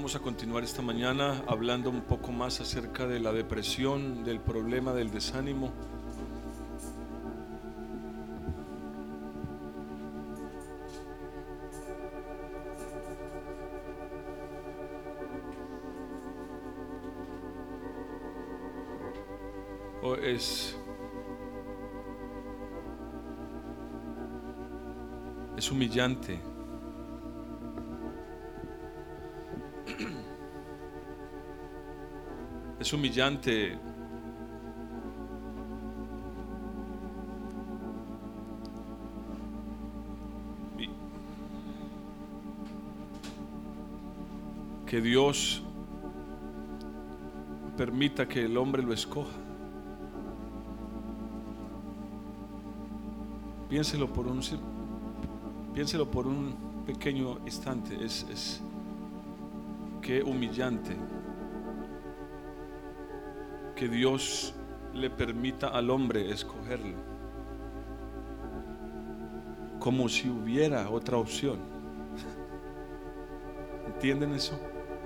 Vamos a continuar esta mañana hablando un poco más acerca de la depresión, del problema del desánimo. Es humillante. Es humillante que Dios permita que el hombre lo escoja. Piénselo por un pequeño instante. Qué humillante que Dios le permita al hombre escogerlo, como si hubiera otra opción. ¿Entienden eso?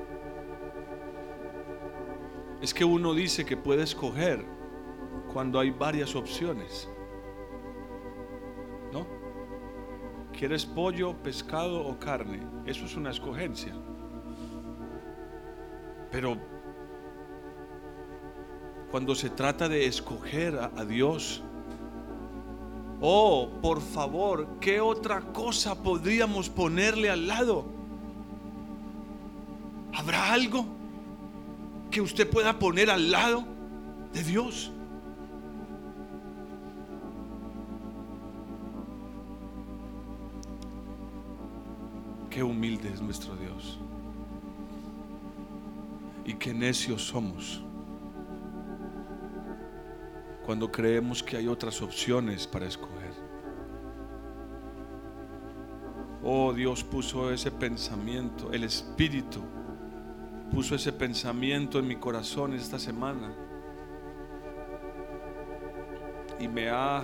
Es que uno dice que puede escoger cuando hay varias opciones, ¿no? ¿Quieres pollo, pescado o carne? Eso es una escogencia. Pero cuando se trata de escoger a Dios, oh, por favor, ¿qué otra cosa podríamos ponerle al lado? ¿Habrá algo que usted pueda poner al lado de Dios? Qué humilde es nuestro Dios y qué necios somos cuando creemos que hay otras opciones para escoger. Oh, Dios puso ese pensamiento, el Espíritu puso ese pensamiento en mi corazón esta semana y me ha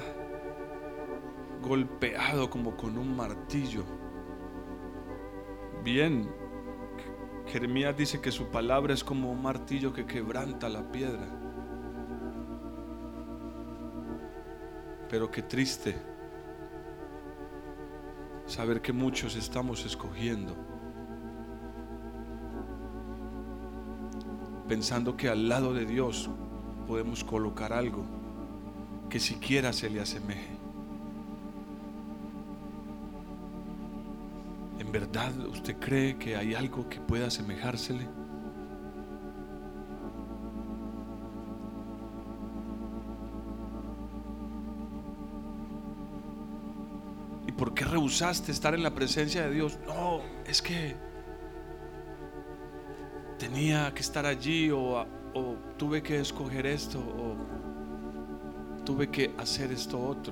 golpeado como con un martillo. Bien, Jeremías dice que su palabra es como un martillo que quebranta la piedra. Pero qué triste saber que muchos estamos escogiendo, pensando que al lado de Dios podemos colocar algo que siquiera se le asemeje. ¿En verdad usted cree que hay algo que pueda asemejársele? ¿Por qué rehusaste estar en la presencia de Dios? No, es que tenía que estar allí, o tuve que escoger esto, o tuve que hacer esto otro.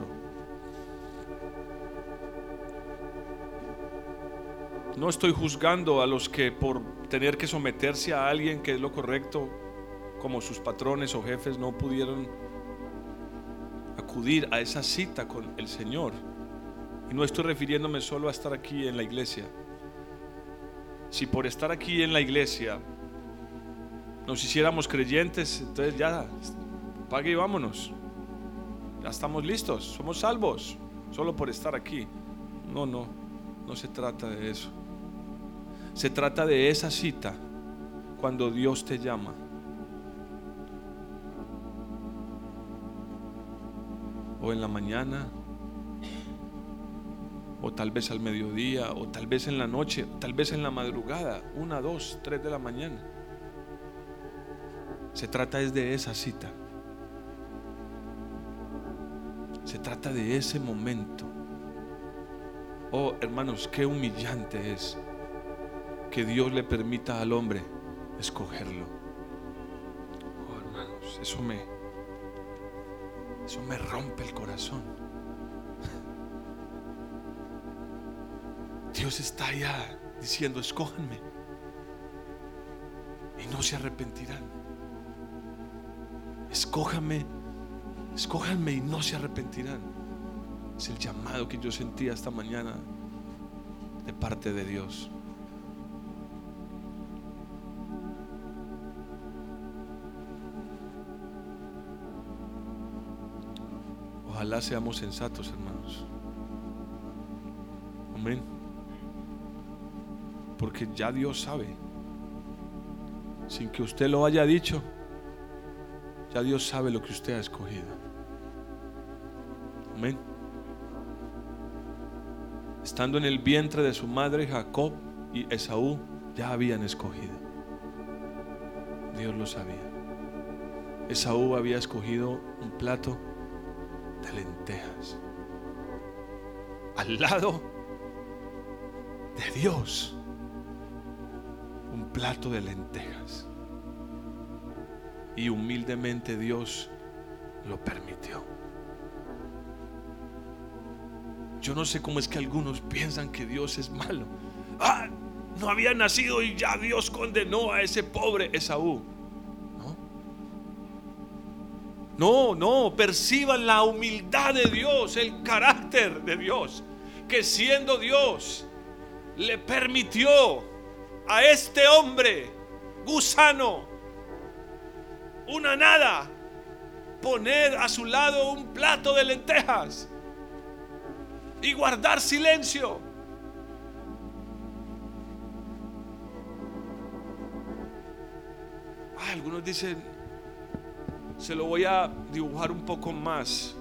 No estoy juzgando a los que por tener que someterse a alguien que es lo correcto, como sus patrones o jefes, no pudieron acudir a esa cita con el Señor. Y no estoy refiriéndome solo a estar aquí en la iglesia. Si por estar aquí en la iglesia nos hiciéramos creyentes, entonces ya, pague y vámonos. Ya estamos listos, somos salvos, solo por estar aquí. No se trata de eso. Se trata de esa cita cuando Dios te llama. O en la mañana, o tal vez al mediodía, o tal vez en la noche, tal vez en la madrugada, 1, 2, 3 de la mañana. Se trata es de esa cita. Se trata de ese momento. Oh, hermanos, qué humillante es que Dios le permita al hombre escogerlo. Oh, hermanos, eso me rompe el corazón. Dios está allá diciendo: escójanme y no se arrepentirán. Escójanme y no se arrepentirán. Es el llamado que yo sentía esta mañana de parte de Dios. Ojalá seamos sensatos, hermanos. Amén. Porque ya Dios sabe, sin que usted lo haya dicho, ya Dios sabe lo que usted ha escogido. Amén. Estando en el vientre de su madre, Jacob y Esaú ya habían escogido. Dios lo sabía. Esaú había escogido un plato de lentejas al lado de Dios. Un plato de lentejas. Y humildemente Dios lo permitió. Yo no sé cómo es que algunos piensan que Dios es malo. No había nacido y ya Dios condenó a ese pobre Esaú. No, perciban la humildad de Dios, el carácter de Dios, que siendo Dios le permitió a este hombre gusano, una nada, poner a su lado un plato de lentejas y guardar silencio. Algunos dicen, se lo voy a dibujar un poco más.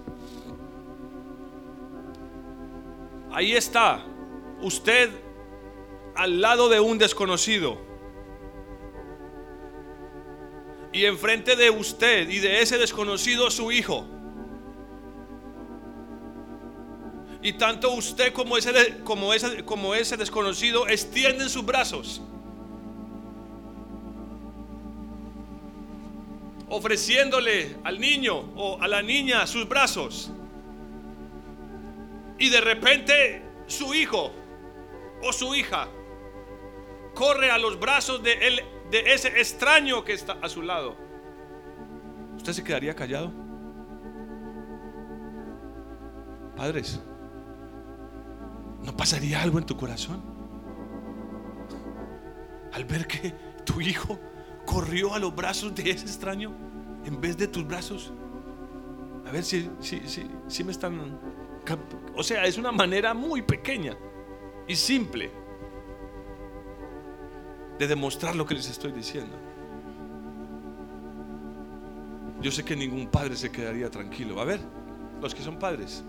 Ahí está usted al lado de un desconocido, y enfrente de usted y de ese desconocido su hijo. Y tanto usted como ese desconocido extienden sus brazos, ofreciéndole al niño o a la niña sus brazos. Y de repente su hijo o su hija corre a los brazos de ese extraño que está a su lado. ¿Usted se quedaría callado? Padres, ¿no pasaría algo en tu corazón al ver que tu hijo corrió a los brazos de ese extraño en vez de tus brazos? A ver si me están. O sea, es una manera muy pequeña y simple de demostrar lo que les estoy diciendo. Yo sé que ningún padre se quedaría tranquilo. A ver, los que son padres,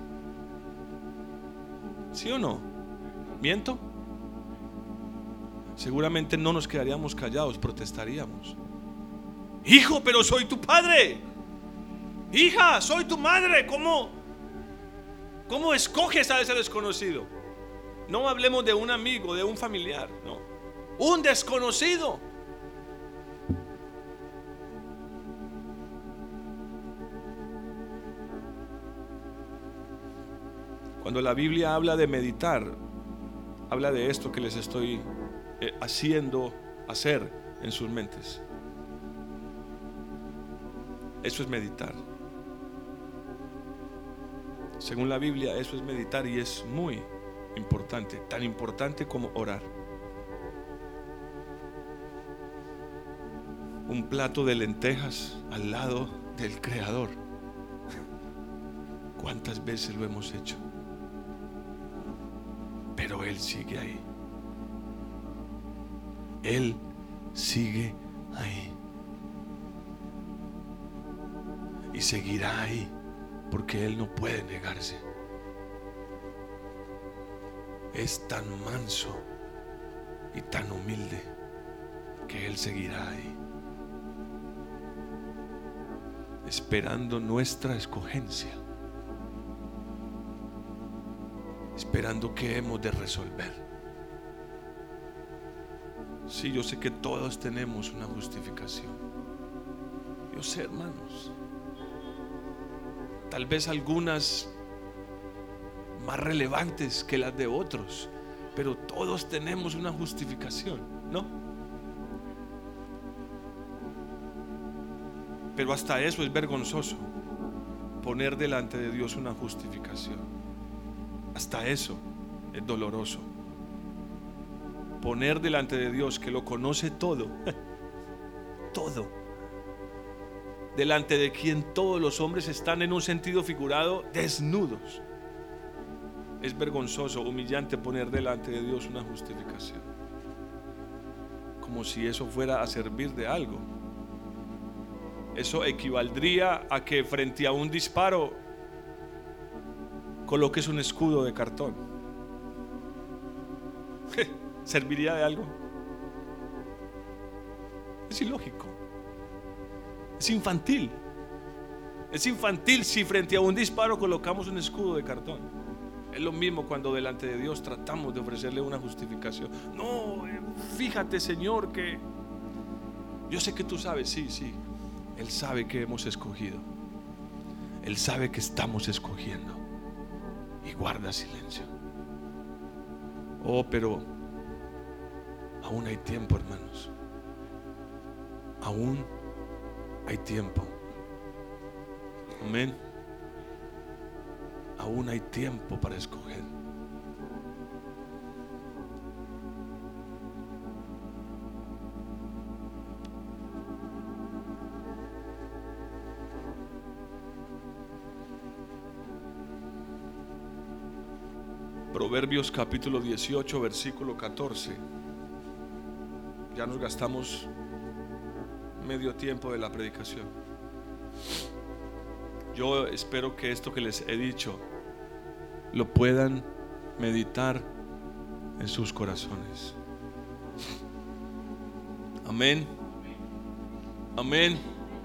¿sí o no? ¿Miento? Seguramente no nos quedaríamos callados, protestaríamos. Hijo, pero soy tu padre. Hija, soy tu madre. ¿Cómo escoges a ese desconocido? No hablemos de un amigo, de un familiar, no. Un desconocido. Cuando la Biblia habla de meditar, habla de esto que les estoy hacer en sus mentes. Eso es meditar. Según la Biblia, eso es meditar, y es muy importante, tan importante como orar. Un plato de lentejas al lado del Creador. ¿Cuántas veces lo hemos hecho? Pero Él sigue ahí. Él sigue ahí. Y seguirá ahí, porque Él no puede negarse. Es tan manso y tan humilde que Él seguirá ahí, esperando nuestra escogencia, esperando que hemos de resolver. Sí, yo sé que todos tenemos una justificación. Yo sé, hermanos, tal vez algunas más relevantes que las de otros, pero todos tenemos una justificación, ¿no? Pero hasta eso es vergonzoso, poner delante de Dios una justificación. Hasta eso es doloroso. Poner delante de Dios, que lo conoce todo, todo, delante de quien todos los hombres están, en un sentido figurado, desnudos. Es vergonzoso, humillante poner delante de Dios una justificación, como si eso fuera a servir de algo. Eso equivaldría a que frente a un disparo coloques un escudo de cartón. ¿Serviría de algo? Es ilógico. Es infantil. Es infantil si frente a un disparo colocamos un escudo de cartón. Es lo mismo cuando delante de Dios tratamos de ofrecerle una justificación. No, fíjate, Señor, que yo sé que tú sabes. Sí, Él sabe que hemos escogido. Él sabe que estamos escogiendo. Y guarda silencio. Oh, pero aún hay tiempo, hermanos. Aún hay tiempo. Amén. Aún hay tiempo para escoger. Proverbios capítulo 18, versículo 14. Ya nos gastamos medio tiempo de la predicación. Yo espero que esto que les he dicho lo puedan meditar en sus corazones. Amén. Amén.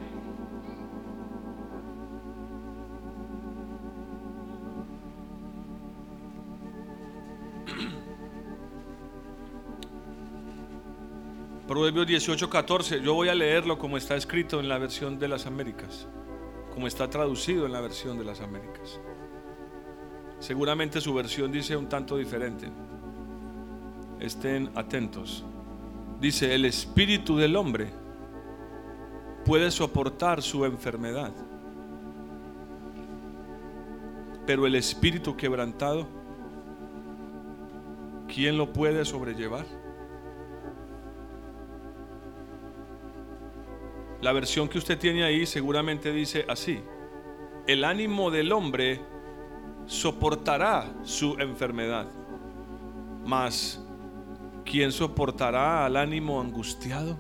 Proverbios 18:14. Yo voy a leerlo como está escrito en la versión de las Américas, como está traducido en la versión de las Américas. Seguramente su versión dice un tanto diferente. Estén atentos. Dice: el espíritu del hombre puede soportar su enfermedad, pero el espíritu quebrantado, ¿quién lo puede sobrellevar? La versión que usted tiene ahí seguramente dice así: el ánimo del hombre soportará su enfermedad, mas ¿quién soportará al ánimo angustiado?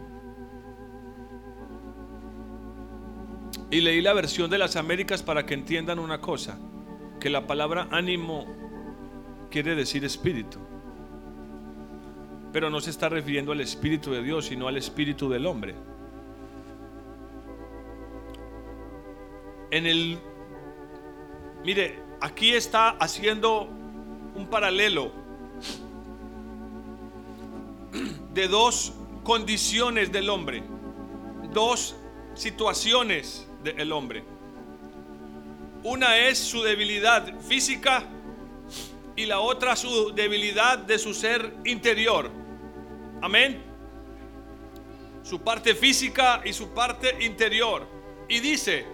Y leí la versión de las Américas para que entiendan una cosa, que la palabra ánimo quiere decir espíritu, pero no se está refiriendo al espíritu de Dios, sino al espíritu del hombre. Mire, aquí está haciendo un paralelo de dos condiciones del hombre, dos situaciones del hombre. Una es su debilidad física y la otra su debilidad de su ser interior. Amén. Su parte física y su parte interior. Y dice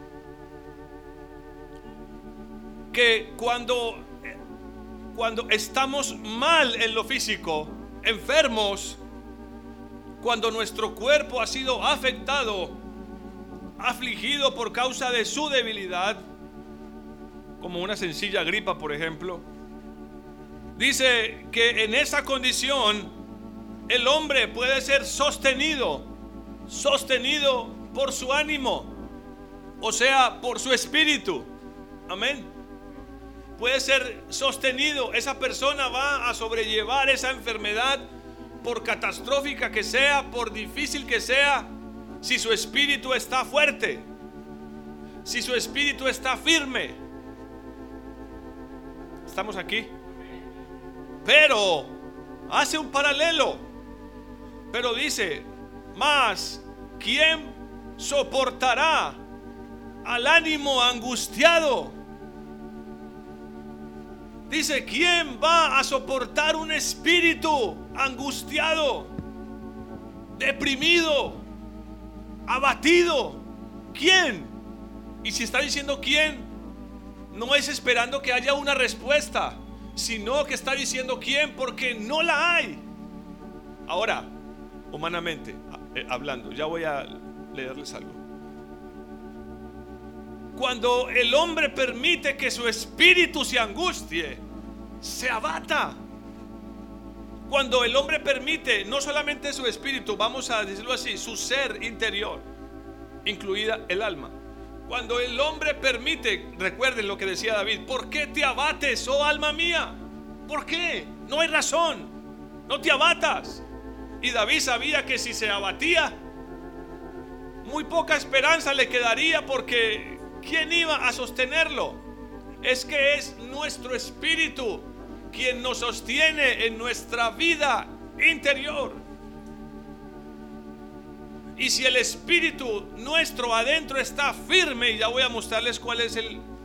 que cuando estamos mal en lo físico, enfermos, cuando nuestro cuerpo ha sido afectado, afligido por causa de su debilidad, como una sencilla gripa, por ejemplo, dice que en esa condición el hombre puede ser sostenido por su ánimo, o sea, por su espíritu. Amén. Puede ser sostenido. Esa persona va a sobrellevar esa enfermedad, por catastrófica que sea, por difícil que sea, si su espíritu está fuerte, si su espíritu está firme. ¿Estamos aquí? Pero hace un paralelo, pero dice: mas ¿quién soportará al ánimo angustiado? Dice: ¿quién va a soportar un espíritu angustiado, deprimido, abatido? ¿Quién? Y si está diciendo quién, no es esperando que haya una respuesta, sino que está diciendo quién porque no la hay. Ahora, humanamente hablando, ya voy a leerles algo. Cuando el hombre permite que su espíritu se angustie, se abata. Cuando el hombre permite, no solamente su espíritu, vamos a decirlo así, su ser interior, incluida el alma. Cuando el hombre permite, recuerden lo que decía David: ¿por qué te abates, oh alma mía? ¿Por qué? No hay razón, no te abatas. Y David sabía que si se abatía, muy poca esperanza le quedaría, porque ¿quién iba a sostenerlo? Es que es nuestro espíritu quien nos sostiene en nuestra vida interior. Y si el espíritu nuestro adentro está firme, y ya voy a mostrarles cuál es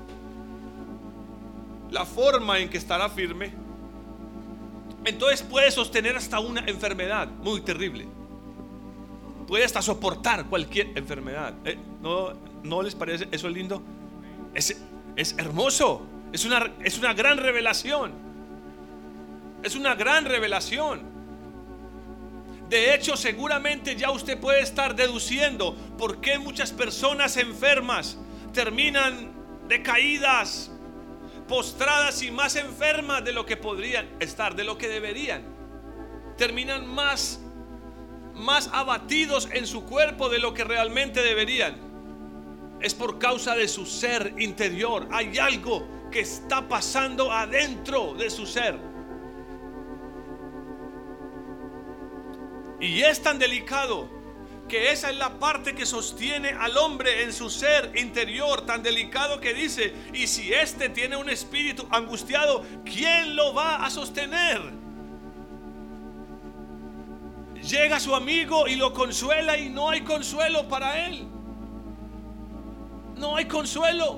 la forma en que estará firme, entonces puede sostener hasta una enfermedad muy terrible. Puede hasta soportar cualquier enfermedad. ¿No les parece eso lindo? Es hermoso. Es una gran revelación. Es una gran revelación. De hecho, seguramente ya usted puede estar deduciendo por qué muchas personas enfermas terminan decaídas, postradas y más enfermas de lo que podrían estar, de lo que deberían. Terminan más abatidos en su cuerpo de lo que realmente deberían. Es por causa de su ser interior. Hay algo que está pasando adentro de su ser. Y es tan delicado que esa es la parte que sostiene al hombre en su ser interior. Tan delicado que dice: y si éste tiene un espíritu angustiado, ¿quién lo va a sostener? Llega su amigo y lo consuela, y no hay consuelo para él. No hay consuelo.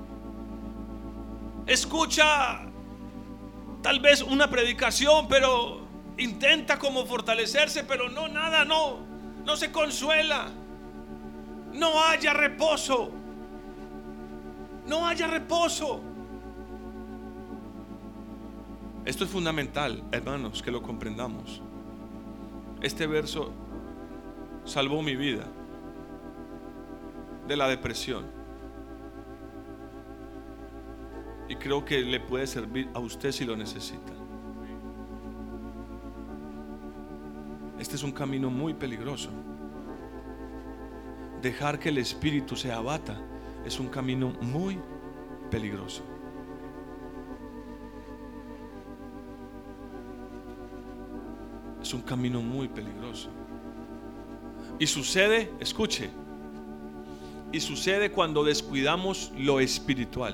Escucha tal vez una predicación, pero intenta como fortalecerse, pero no se consuela. No haya reposo. No haya reposo. Esto es fundamental, hermanos, que lo comprendamos. Este verso salvó mi vida de la depresión, y creo que le puede servir a usted si lo necesita. Este es un camino muy peligroso. Dejar que el espíritu se abata es un camino muy peligroso. Es un camino muy peligroso. Y sucede, escuche, y sucede cuando descuidamos lo espiritual.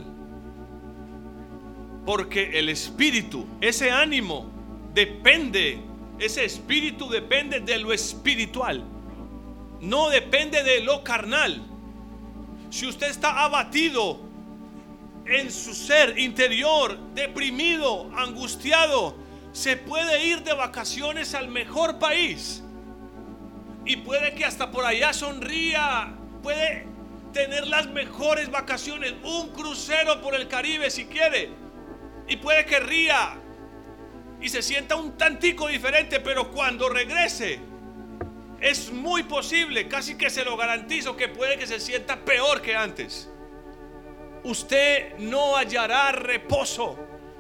Porque el espíritu, ese ánimo, ese espíritu depende de lo espiritual, no depende de lo carnal. Si usted está abatido en su ser interior, deprimido, angustiado, se puede ir de vacaciones al mejor país, y puede que hasta por allá sonría, puede tener las mejores vacaciones, un crucero por el Caribe si quiere, y puede que ría y se sienta un tantico diferente, pero cuando regrese es muy posible, casi que se lo garantizo, que puede que se sienta peor que antes. Usted no hallará reposo.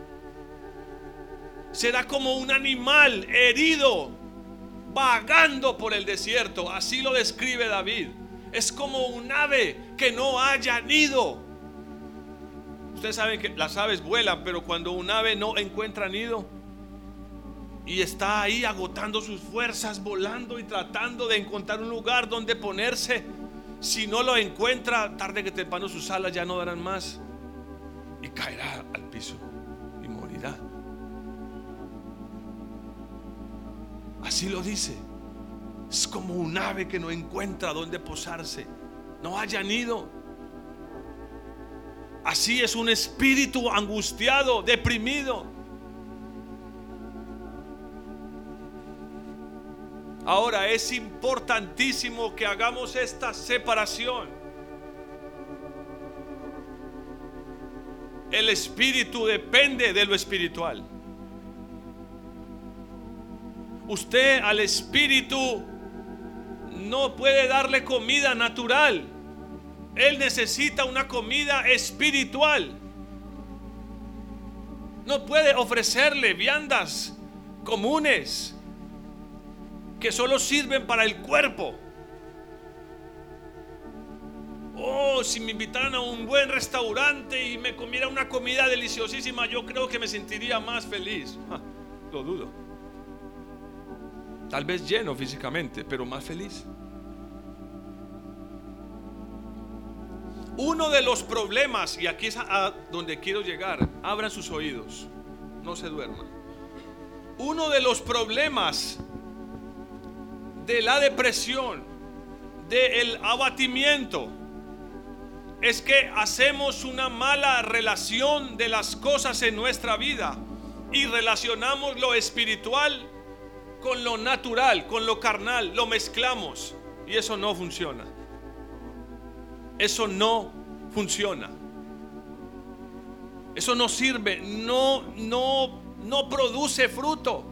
Será como un animal herido vagando por el desierto. Así lo describe David. Es como un ave que no haya nido. Ustedes saben que las aves vuelan, pero cuando un ave no encuentra nido y está ahí agotando sus fuerzas, volando y tratando de encontrar un lugar donde ponerse, si no lo encuentra, tarde que temprano sus alas ya no darán más y caerá al piso y morirá. Así lo dice. Es como un ave que no encuentra dónde posarse, no haya nido. Así es un espíritu angustiado, deprimido. Ahora es importantísimo que hagamos esta separación. El espíritu depende de lo espiritual. Usted al espíritu no puede darle comida natural. Él necesita una comida espiritual. No puede ofrecerle viandas comunes que solo sirven para el cuerpo. Si me invitaran a un buen restaurante y me comiera una comida deliciosísima, yo creo que me sentiría más feliz. Lo dudo. Tal vez lleno físicamente, pero más feliz. Uno de los problemas, y aquí es a donde quiero llegar, abran sus oídos, no se duerman. Uno de los problemas de la depresión, del abatimiento, es que hacemos una mala relación de las cosas en nuestra vida y relacionamos lo espiritual con lo natural, con lo carnal, lo mezclamos, y eso no funciona. Eso no funciona. Eso no sirve, no produce fruto.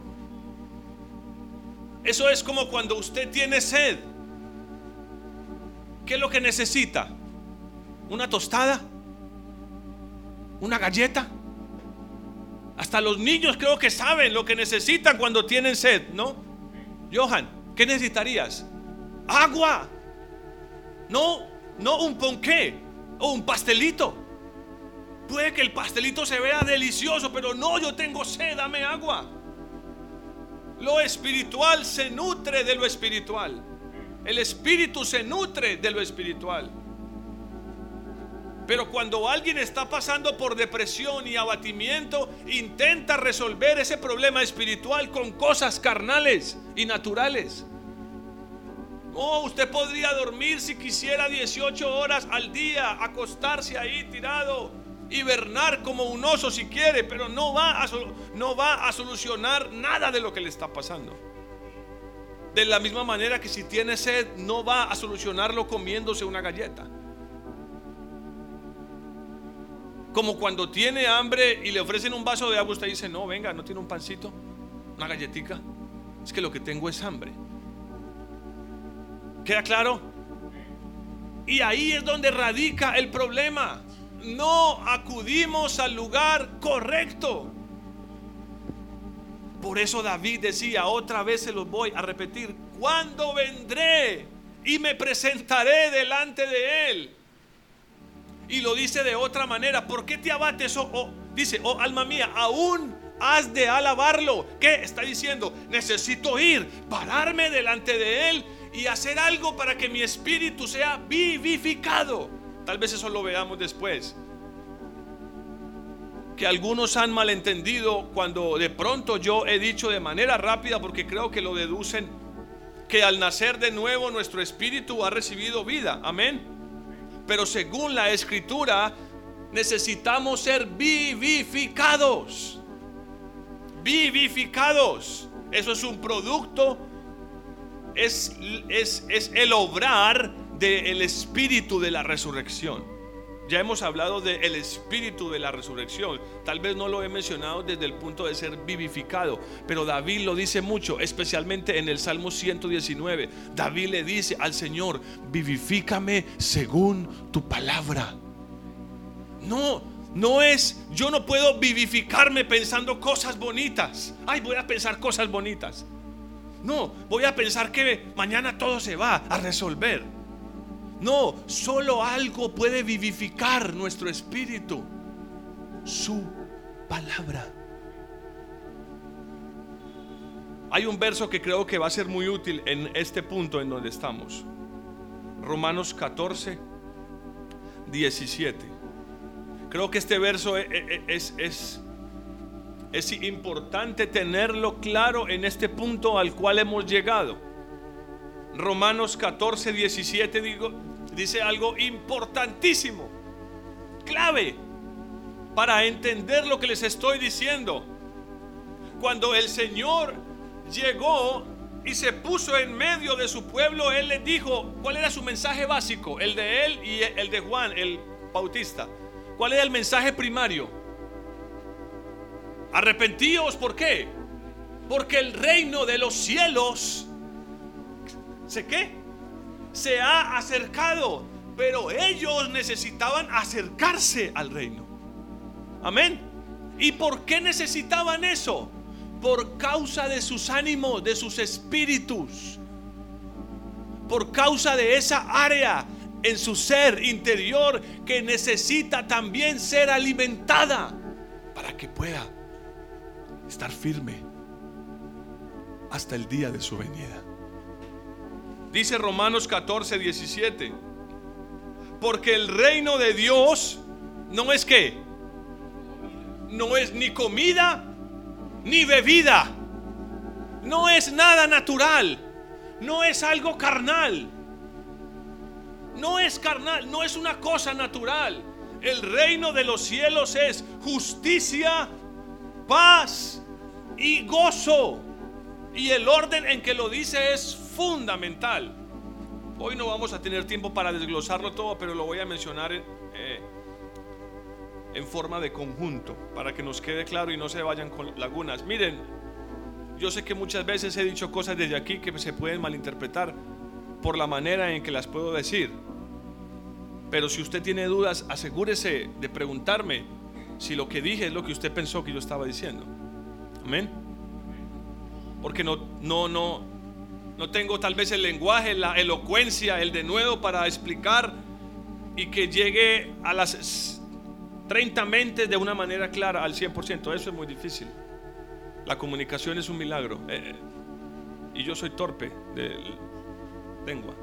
Eso es como cuando usted tiene sed. ¿Qué es lo que necesita? ¿Una tostada? ¿Una galleta? Hasta los niños creo que saben lo que necesitan cuando tienen sed, ¿no? Johan, ¿qué necesitarías? Agua. No un ponqué o un pastelito. Puede que el pastelito se vea delicioso, pero no, yo tengo sed, dame agua. Lo espiritual se nutre de lo espiritual. El espíritu se nutre de lo espiritual. Pero cuando alguien está pasando por depresión y abatimiento, intenta resolver ese problema espiritual con cosas carnales y naturales. Usted podría dormir si quisiera 18 horas al día, acostarse ahí tirado, hibernar como un oso si quiere, pero no va a solucionar nada de lo que le está pasando. De la misma manera que si tiene sed, no va a solucionarlo comiéndose una galleta. Como cuando tiene hambre y le ofrecen un vaso de agua, usted dice: no, venga, no tiene un pancito, una galletica. Es que lo que tengo es hambre. ¿Queda claro? Y ahí es donde radica el problema. No acudimos al lugar correcto. Por eso David decía, otra vez se los voy a repetir: ¿cuándo vendré y me presentaré delante de él? Y lo dice de otra manera: ¿por qué te abates? Dice: oh alma mía, aún has de alabarlo. ¿Qué está diciendo? Necesito ir, pararme delante de él y hacer algo para que mi espíritu sea vivificado. Tal vez eso lo veamos después. Que algunos han malentendido cuando de pronto yo he dicho de manera rápida, porque creo que lo deducen, que al nacer de nuevo nuestro espíritu ha recibido vida. Amén. Pero según la escritura necesitamos ser vivificados. Vivificados. Eso es un producto, es el obrar del espíritu de la resurrección. Ya hemos hablado del espíritu de la resurrección. Tal vez no lo he mencionado desde el punto de ser vivificado, pero David lo dice mucho, especialmente en el Salmo 119. David le dice al Señor: vivifícame según tu palabra. No es, yo no puedo vivificarme pensando cosas bonitas. Ay, voy a pensar cosas bonitas. No, voy a pensar que mañana todo se va a resolver. No, solo algo puede vivificar nuestro espíritu: su palabra. Hay un verso que creo que va a ser muy útil en este punto en donde estamos. Romanos 14, 17. Creo que este verso es importante tenerlo claro en este punto al cual hemos llegado. Romanos 14, 17 dice algo importantísimo, clave para entender lo que les estoy diciendo. Cuando el Señor llegó y se puso en medio de su pueblo, Él les dijo cuál era su mensaje básico, el de Él y el de Juan el Bautista. ¿Cuál era el mensaje primario? Arrepentíos. ¿Por qué? Porque el reino de los cielos se ha acercado. pero ellos necesitaban acercarse al reino. Amén. ¿Y por qué necesitaban eso? Por causa de sus ánimos, de sus espíritus, por causa de esa área en su ser interior que necesita también ser alimentada para que pueda estar firme hasta el día de su venida. Dice Romanos 14:17, porque el reino de Dios no es ¿qué? No es ni comida ni bebida, no es nada natural, no es algo carnal, no es carnal, no es una cosa natural. El reino de los cielos es justicia, paz y gozo, y el orden en que lo dice es fundamental. Hoy no vamos a tener tiempo para desglosarlo todo, pero lo voy a mencionar en forma de conjunto para que nos quede claro y no se vayan con lagunas. Miren, yo sé que muchas veces he dicho cosas desde aquí que se pueden malinterpretar por la manera en que las puedo decir, pero si usted tiene dudas, asegúrese de preguntarme si lo que dije es lo que usted pensó que yo estaba diciendo. Amén. Porque no tengo tal vez el lenguaje, la elocuencia, el denuedo para explicar y que llegue a las 30 mentes de una manera clara al 100%. Eso es muy difícil. La comunicación es un milagro, y yo soy torpe de lengua.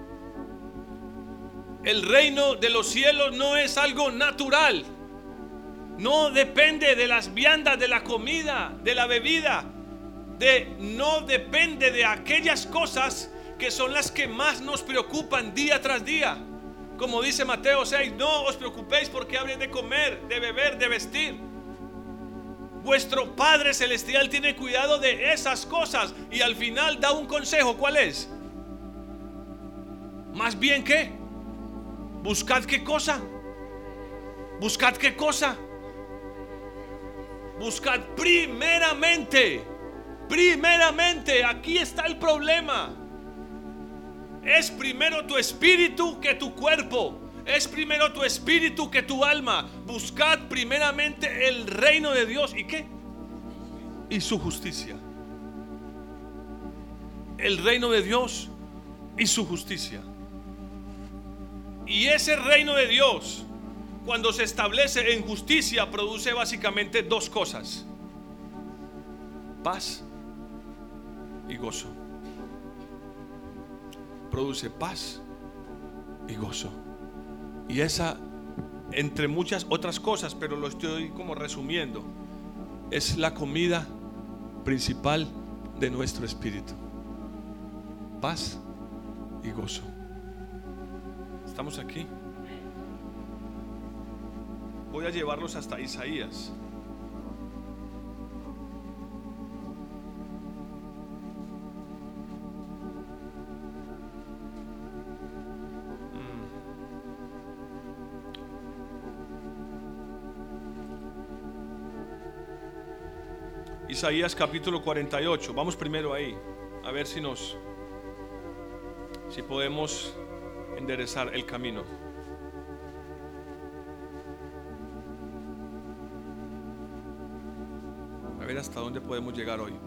El reino de los cielos no es algo natural, no depende de las viandas, de la comida, de la bebida, no depende de aquellas cosas que son las que más nos preocupan día tras día. Como dice Mateo 6, no os preocupéis porque habréis de comer, de beber, de vestir. Vuestro Padre Celestial tiene cuidado de esas cosas, y al final da un consejo. ¿Cuál es? Más bien que buscad qué cosa. Buscad qué cosa. Buscad primeramente. Primeramente, aquí está el problema. Es primero tu espíritu que tu cuerpo. Es primero tu espíritu que tu alma. Buscad primeramente el reino de Dios. ¿Y qué? Y su justicia. El reino de Dios y su justicia. Y ese reino de Dios, cuando se establece en justicia, produce básicamente dos cosas: paz y gozo. Produce paz y gozo. Y esa, entre muchas otras cosas, pero lo estoy como resumiendo, es la comida principal de nuestro espíritu: paz y gozo. ¿Estamos aquí? Voy a llevarlos hasta Isaías. Isaías capítulo 48. Vamos primero ahí, a ver si podemos enderezar el camino. A ver hasta dónde podemos llegar hoy.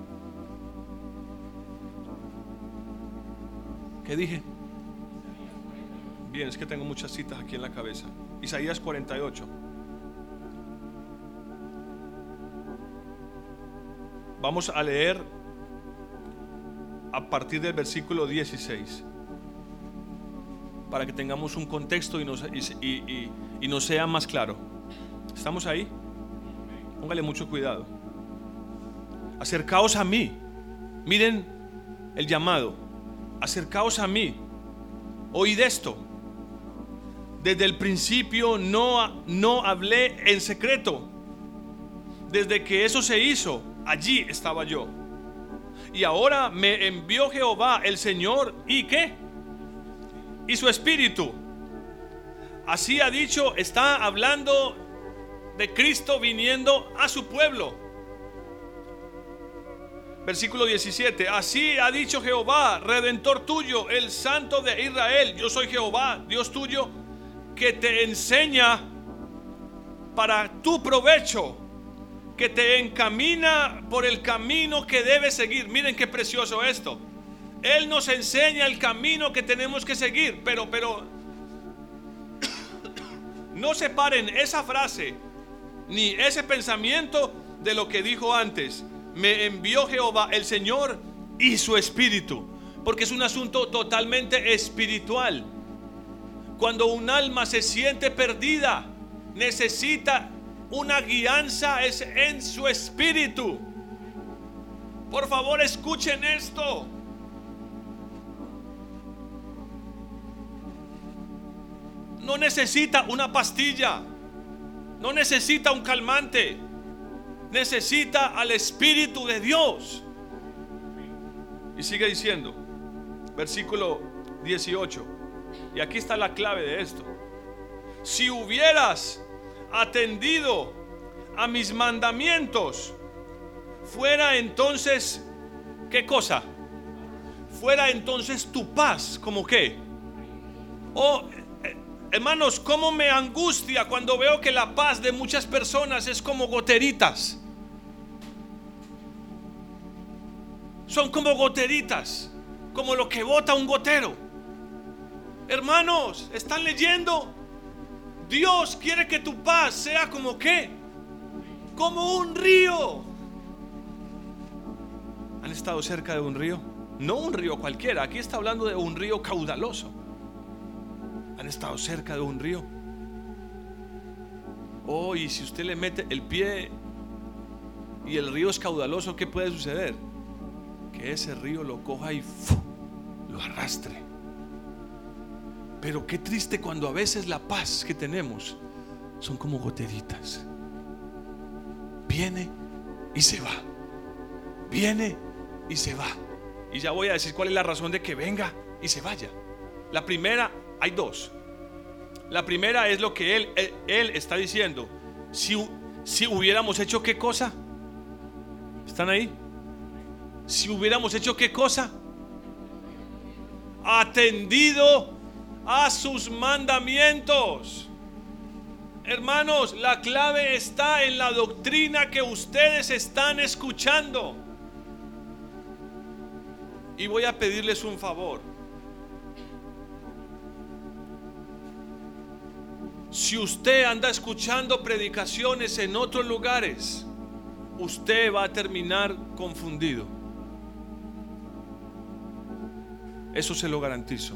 ¿Qué dije? Bien, es que tengo muchas citas aquí en la cabeza. Isaías 48. Vamos a leer a partir del versículo 16 para que tengamos un contexto y nos sea más claro. ¿Estamos ahí? Póngale mucho cuidado. Acercaos a mí. Miren el llamado. Acercaos a mí. Oíd esto. Desde el principio no hablé en secreto. Desde que eso se hizo, allí estaba yo. Y ahora me envió Jehová el Señor. ¿Y qué? Y su espíritu. Así ha dicho. Está hablando de Cristo viniendo a su pueblo. Versículo 17. Así ha dicho Jehová, Redentor tuyo, el Santo de Israel: yo soy Jehová, Dios tuyo, que te enseña para tu provecho, que te encamina por el camino que debes seguir. Miren qué precioso esto. Él nos enseña el camino que tenemos que seguir, pero no separen esa frase ni ese pensamiento de lo que dijo antes: me envió Jehová, el Señor y su Espíritu, porque es un asunto totalmente espiritual. Cuando un alma se siente perdida, necesita una guianza, es en su espíritu. Por favor, escuchen esto. No necesita una pastilla, no necesita un calmante, necesita al Espíritu de Dios. Y sigue diciendo, versículo 18, y aquí está la clave de esto: si hubieras atendido a mis mandamientos, fuera entonces, ¿qué cosa? Fuera entonces tu paz. ¿Cómo qué? Oh, hermanos, cómo me angustia cuando veo que la paz de muchas personas es como goteritas. Son como goteritas, como lo que bota un gotero. Hermanos, ¿están leyendo? Dios quiere que tu paz sea como ¿qué? Como un río. ¿Han estado cerca de un río? No un río cualquiera, aquí está hablando de un río caudaloso. ¿Han estado cerca de un río? Oh, y si usted le mete el pie y el río es caudaloso, ¿qué puede suceder? Que ese río lo coja y lo arrastre. Pero qué triste cuando a veces la paz que tenemos son como goteritas. Viene y se va, viene y se va. Y ya voy a decir cuál es la razón de que venga y se vaya. La primera, hay dos. La primera es lo que él está diciendo. Si hubiéramos hecho ¿qué cosa? ¿Están ahí? Si hubiéramos hecho ¿qué cosa? Atendido a sus mandamientos. Hermanos, la clave está en la doctrina que ustedes están escuchando. Y voy a pedirles un favor. Si usted anda escuchando predicaciones en otros lugares, usted va a terminar confundido. Eso se lo garantizo.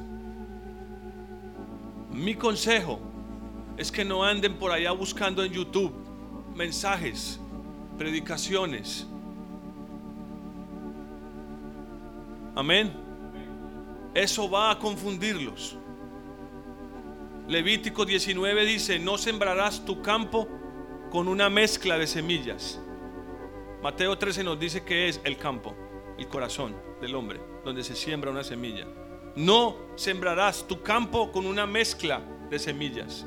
Mi consejo es que no anden por allá buscando en YouTube mensajes, predicaciones. Amén. Eso va a confundirlos. Levítico 19 dice: no sembrarás tu campo con una mezcla de semillas. Mateo 13 nos dice que es el campo, el corazón del hombre, donde se siembra una semilla. No sembrarás tu campo con una mezcla de semillas.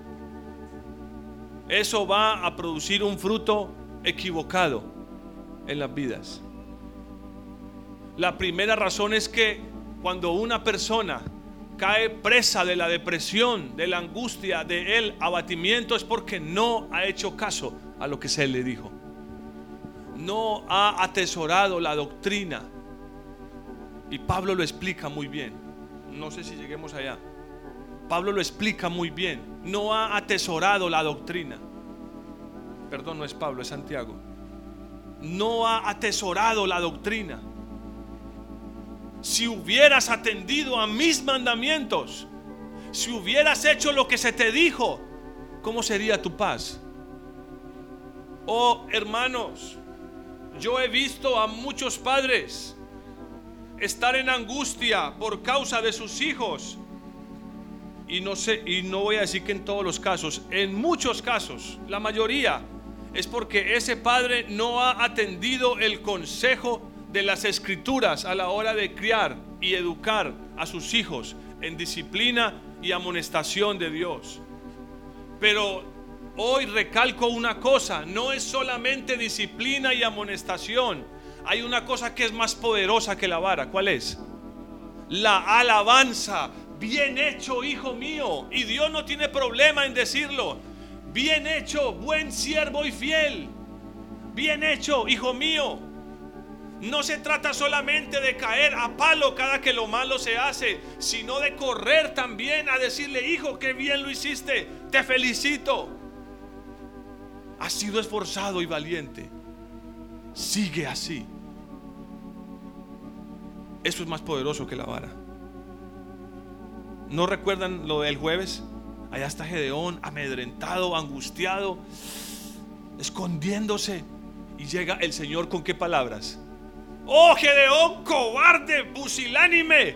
Eso va a producir un fruto equivocado en las vidas. La primera razón es que cuando una persona cae presa de la depresión, de la angustia, del abatimiento, es porque no ha hecho caso a lo que se le dijo. No ha atesorado la doctrina. Y Pablo lo explica muy bien. No sé si lleguemos allá. Pablo lo explica muy bien. No ha atesorado la doctrina. Perdón, no es Pablo, es Santiago. No ha atesorado la doctrina. Si hubieras atendido a mis mandamientos, si hubieras hecho lo que se te dijo, ¿cómo sería tu paz? Oh, hermanos, yo he visto a muchos padres estar en angustia por causa de sus hijos. Y no sé, y no voy a decir que en todos los casos, en muchos casos, la mayoría, es porque ese padre no ha atendido el consejo de las Escrituras a la hora de criar y educar a sus hijos en disciplina y amonestación de Dios. Pero hoy recalco una cosa: no es solamente disciplina y amonestación. Hay una cosa que es más poderosa que la vara. ¿Cuál es? La alabanza. bien hecho, hijo mío. Y Dios no tiene problema en decirlo. Bien hecho, buen siervo y fiel. Bien hecho, hijo mío. No se trata solamente de caer a palo cada que lo malo se hace, sino de correr también a decirle: hijo, qué bien lo hiciste, te felicito, has sido esforzado y valiente, sigue así. Eso es más poderoso que la vara. ¿No recuerdan lo del jueves? Allá está Gedeón, amedrentado, angustiado, escondiéndose, y llega el Señor con ¿qué palabras? Oh, Gedeón, cobarde, pusilánime,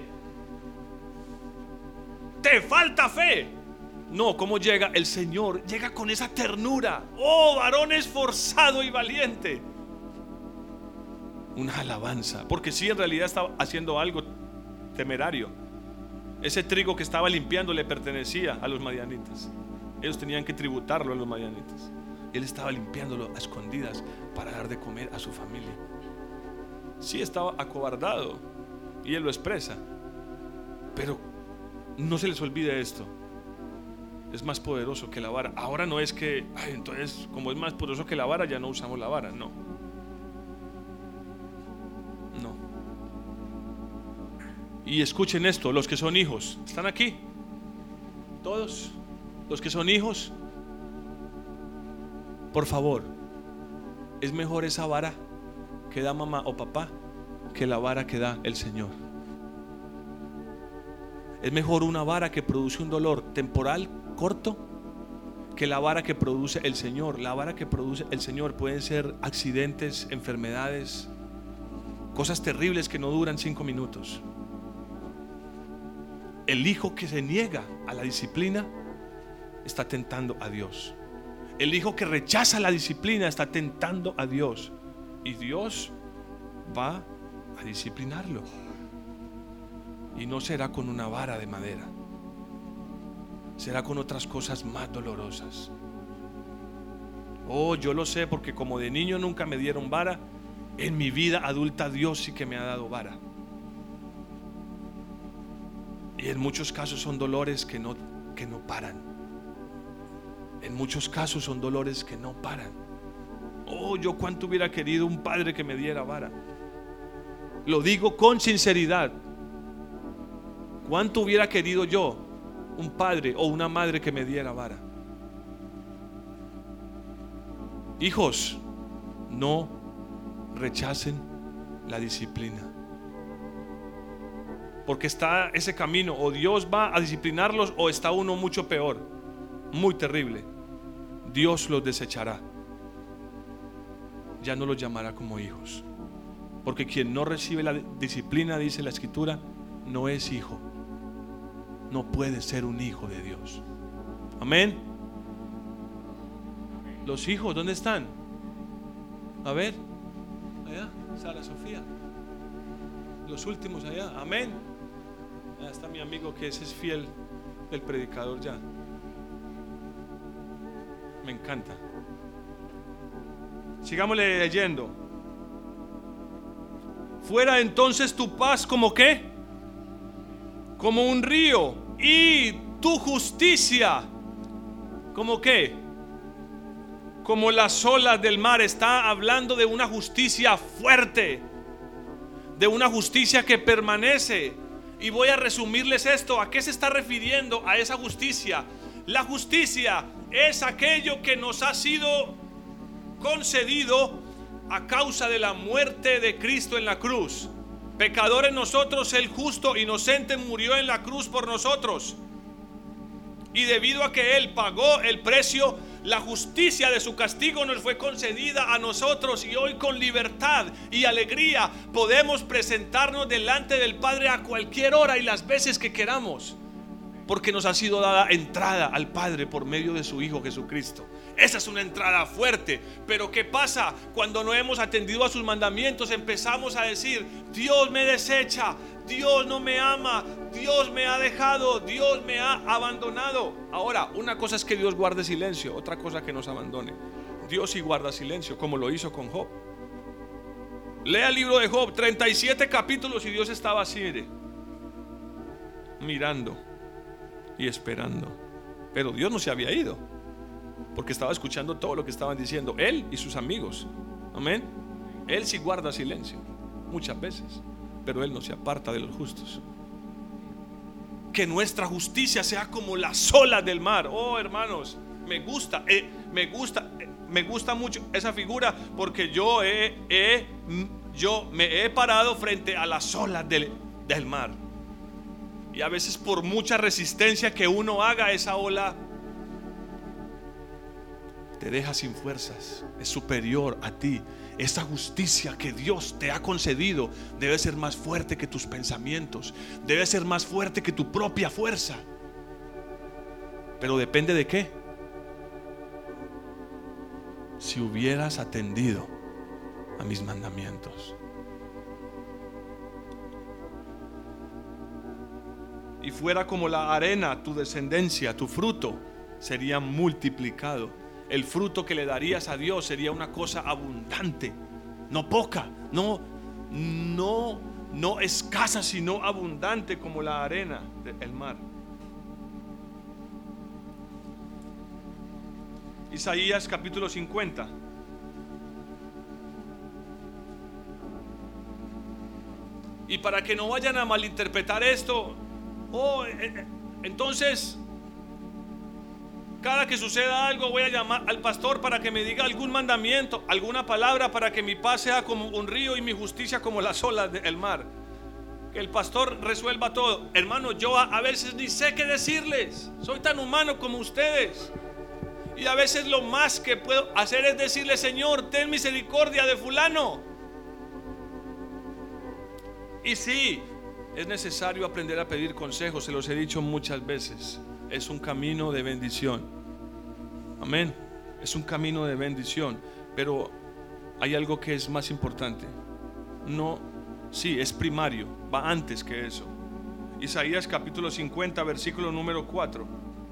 te falta fe. No, ¿cómo llega el Señor? Llega con esa ternura. Oh, varón esforzado y valiente. Una alabanza, porque sí, en realidad estaba haciendo algo temerario. Ese trigo que estaba limpiando le pertenecía a los madianitas. Ellos tenían que tributarlo a los madianitas. Él estaba limpiándolo a escondidas para dar de comer a su familia. Sí, estaba acobardado, y él lo expresa, pero no se les olvide esto: es más poderoso que la vara. Ahora no es que, entonces, como es más poderoso que la vara, ya no usamos la vara. No. Y escuchen esto, los que son hijos, ¿están aquí? Todos los que son hijos, por favor, es mejor esa vara que da mamá o papá que la vara que da el Señor. Es mejor una vara que produce un dolor temporal corto que la vara que produce el Señor. La vara que produce el Señor pueden ser accidentes, enfermedades, cosas terribles que no duran 5 minutos. El hijo que se niega a la disciplina está tentando a Dios. El hijo que rechaza la disciplina está tentando a Dios, y Dios va a disciplinarlo, y no será con una vara de madera, será con otras cosas más dolorosas. Oh, yo lo sé, porque como de niño nunca me dieron vara, en mi vida adulta Dios sí que me ha dado vara. Y en muchos casos son dolores que no paran. En muchos casos son dolores que no paran. Oh, yo cuánto hubiera querido un padre que me diera vara. Lo digo con sinceridad. Cuánto hubiera querido yo un padre o una madre que me diera vara. Hijos, no rechacen la disciplina, porque está ese camino: o Dios va a disciplinarlos, o está uno mucho peor, muy terrible. Dios los desechará, ya no los llamará como hijos, porque quien no recibe la disciplina, dice la Escritura, no es hijo, no puede ser un hijo de Dios. Amén. Los hijos, ¿dónde están? A ver, allá, Sara Sofía, los últimos allá. Amén. Allá está mi amigo, que ese es fiel del predicador ya. Me encanta. Sigámosle leyendo. Fuera entonces tu paz como ¿qué? Como un río, y tu justicia como ¿qué? Como las olas del mar. Está hablando de una justicia fuerte, de una justicia que permanece. Y voy a resumirles esto. ¿A qué se está refiriendo a esa justicia? La justicia es aquello que nos ha sido concedido a causa de la muerte de Cristo en la cruz. Pecadores nosotros, el justo inocente murió en la cruz por nosotros, y debido a que Él pagó el precio, la justicia de su castigo nos fue concedida a nosotros, y hoy con libertad y alegría podemos presentarnos delante del Padre a cualquier hora y las veces que queramos, porque nos ha sido dada entrada al Padre por medio de su Hijo Jesucristo. Esa es una entrada fuerte. Pero ¿qué pasa cuando no hemos atendido a sus mandamientos? Empezamos a decir: Dios me desecha, Dios no me ama, Dios me ha dejado, Dios me ha abandonado. Ahora, una cosa es que Dios guarde silencio, otra cosa que nos abandone. Dios sí guarda silencio, como lo hizo con Job. Lea el libro de Job, 37 capítulos, y Dios estaba así, mirando. y esperando. Pero Dios no se había ido, porque estaba escuchando todo lo que estaban diciendo él y sus amigos. Amén. Él sí guarda silencio muchas veces, pero él no se aparta de los justos. Que nuestra justicia sea como las olas del mar. Oh, hermanos, me gusta mucho esa figura, porque yo me he parado frente a las olas del mar, y a veces por mucha resistencia que uno haga, esa ola te deja sin fuerzas. Es superior a ti. Esa justicia que Dios te ha concedido debe ser más fuerte que tus pensamientos, debe ser más fuerte que tu propia fuerza. Pero depende de qué. Si hubieras atendido a mis mandamientos y fuera como la arena tu descendencia, tu fruto sería multiplicado. El fruto que le darías a Dios sería una cosa abundante, no poca, no escasa, sino abundante como la arena del mar. Isaías capítulo 50. Y para que no vayan a malinterpretar esto, entonces cada que suceda algo voy a llamar al pastor para que me diga algún mandamiento, alguna palabra, para que mi paz sea como un río y mi justicia como las olas del mar. Que el pastor resuelva todo. Hermano, yo a veces ni sé qué decirles. Soy tan humano como ustedes. Y a veces lo más que puedo hacer es decirle: Señor, ten misericordia de fulano. Y sí, es necesario aprender a pedir consejos. Se los he dicho muchas veces. Es un camino de bendición. Amén. Es un camino de bendición. Pero hay algo que es más importante. Sí, es primario. Va antes que eso. Isaías capítulo 50, versículo número 4.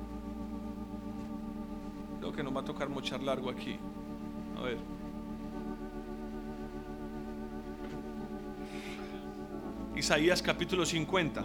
Creo que nos va a tocar mochar largo aquí. A ver. Isaías capítulo 50,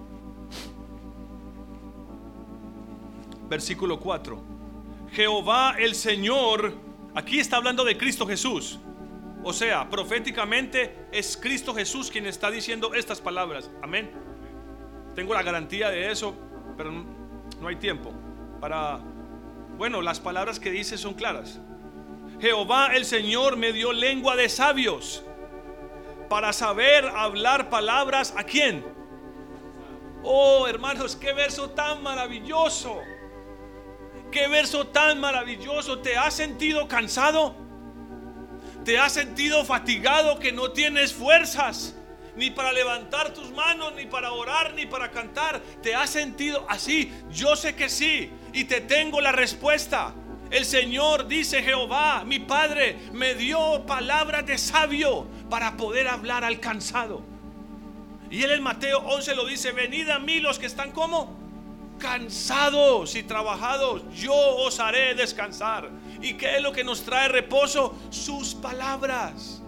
versículo 4. Jehová el Señor, aquí está hablando de Cristo Jesús. O sea, proféticamente es Cristo Jesús quien está diciendo estas palabras. Amén. Tengo la garantía de eso, pero no hay tiempo para... Bueno, las palabras que dice son claras. Jehová el Señor me dio lengua de sabios para saber hablar palabras. ¿A quién? Oh, hermanos, qué verso tan maravilloso. Qué verso tan maravilloso. ¿Te has sentido cansado? ¿Te has sentido fatigado, que no tienes fuerzas ni para levantar tus manos, ni para orar, ni para cantar? ¿Te has sentido así? Yo sé que sí, y te tengo la respuesta. El Señor, dice Jehová, mi Padre, me dio palabras de sabio para poder hablar al cansado. Y él en Mateo 11 lo dice: venid a mí los que están como cansados y trabajados, yo os haré descansar. ¿Y qué es lo que nos trae reposo? Sus palabras,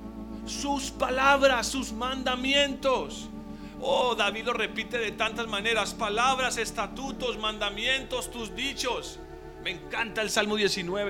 sus mandamientos. Oh, David lo repite de tantas maneras: palabras, estatutos, mandamientos, tus dichos. Me encanta el Salmo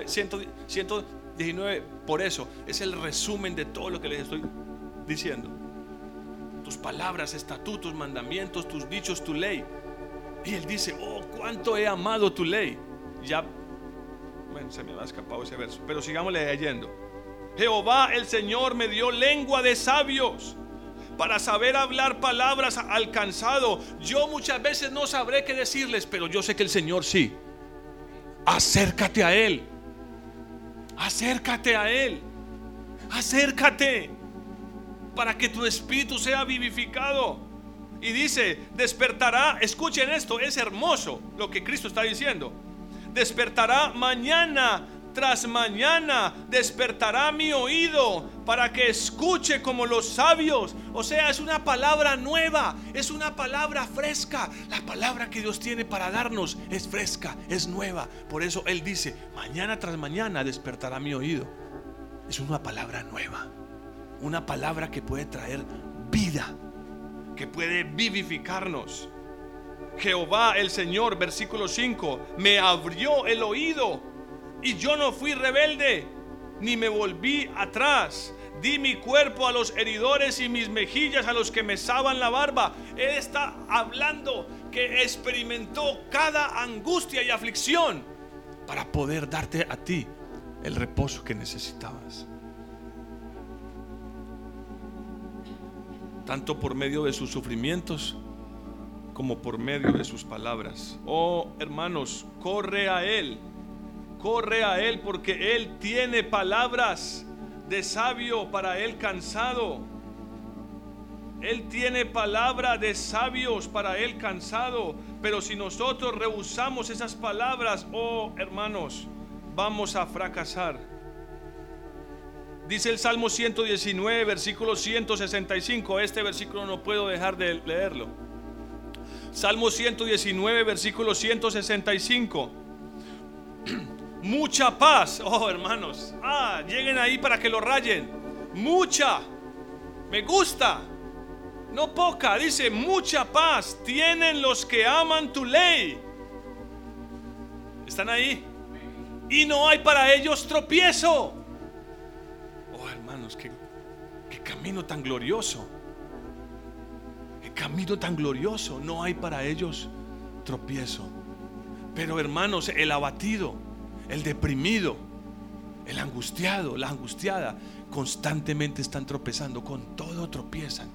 119. Por eso es el resumen de todo lo que les estoy diciendo. Tus palabras, estatutos, mandamientos, tus dichos, tu ley. Y él dice: oh, cuánto he amado tu ley. Ya, bueno, se me ha escapado ese verso, pero sigamos leyendo. Jehová el Señor me dio lengua de sabios para saber hablar palabras al cansado. Yo muchas veces no sabré qué decirles, pero yo sé que el Señor sí. Acércate a Él. Acércate a Él. Acércate para que tu espíritu sea vivificado. Y dice: despertará. Escuchen esto, es hermoso lo que Cristo está diciendo. Despertará mañana tras mañana, despertará mi oído para que escuche como los sabios. O sea, es una palabra nueva, es una palabra fresca. La palabra que Dios tiene para darnos es fresca, es nueva. Por eso Él dice: mañana tras mañana despertará mi oído. Es una palabra nueva, una palabra que puede traer vida, que puede vivificarnos, Jehová el Señor, versículo 5, me abrió el oído y yo no fui rebelde, ni me volví atrás. Di mi cuerpo a los heridores y mis mejillas a los que mesaban la barba. Él está hablando que experimentó cada angustia y aflicción para poder darte a ti el reposo que necesitabas, tanto por medio de sus sufrimientos como por medio de sus palabras. Oh, hermanos, corre a Él, porque Él tiene palabras de sabio para el cansado. Él tiene palabra de sabios para el cansado. Pero si nosotros rehusamos esas palabras, oh hermanos, vamos a fracasar. Dice el Salmo 119, versículo 165. Este versículo no puedo dejar de leerlo. Salmo 119, versículo 165. Mucha paz, oh hermanos, lleguen ahí para que lo rayen. Mucha, me gusta, no poca. Dice: mucha paz tienen los que aman tu ley. ¿Están ahí? Y no hay para ellos tropiezo. Oh hermanos, qué camino tan glorioso. Qué camino tan glorioso. No hay para ellos tropiezo. Pero hermanos, el abatido, el deprimido, el angustiado, la angustiada, constantemente están tropezando. Con todo tropiezan.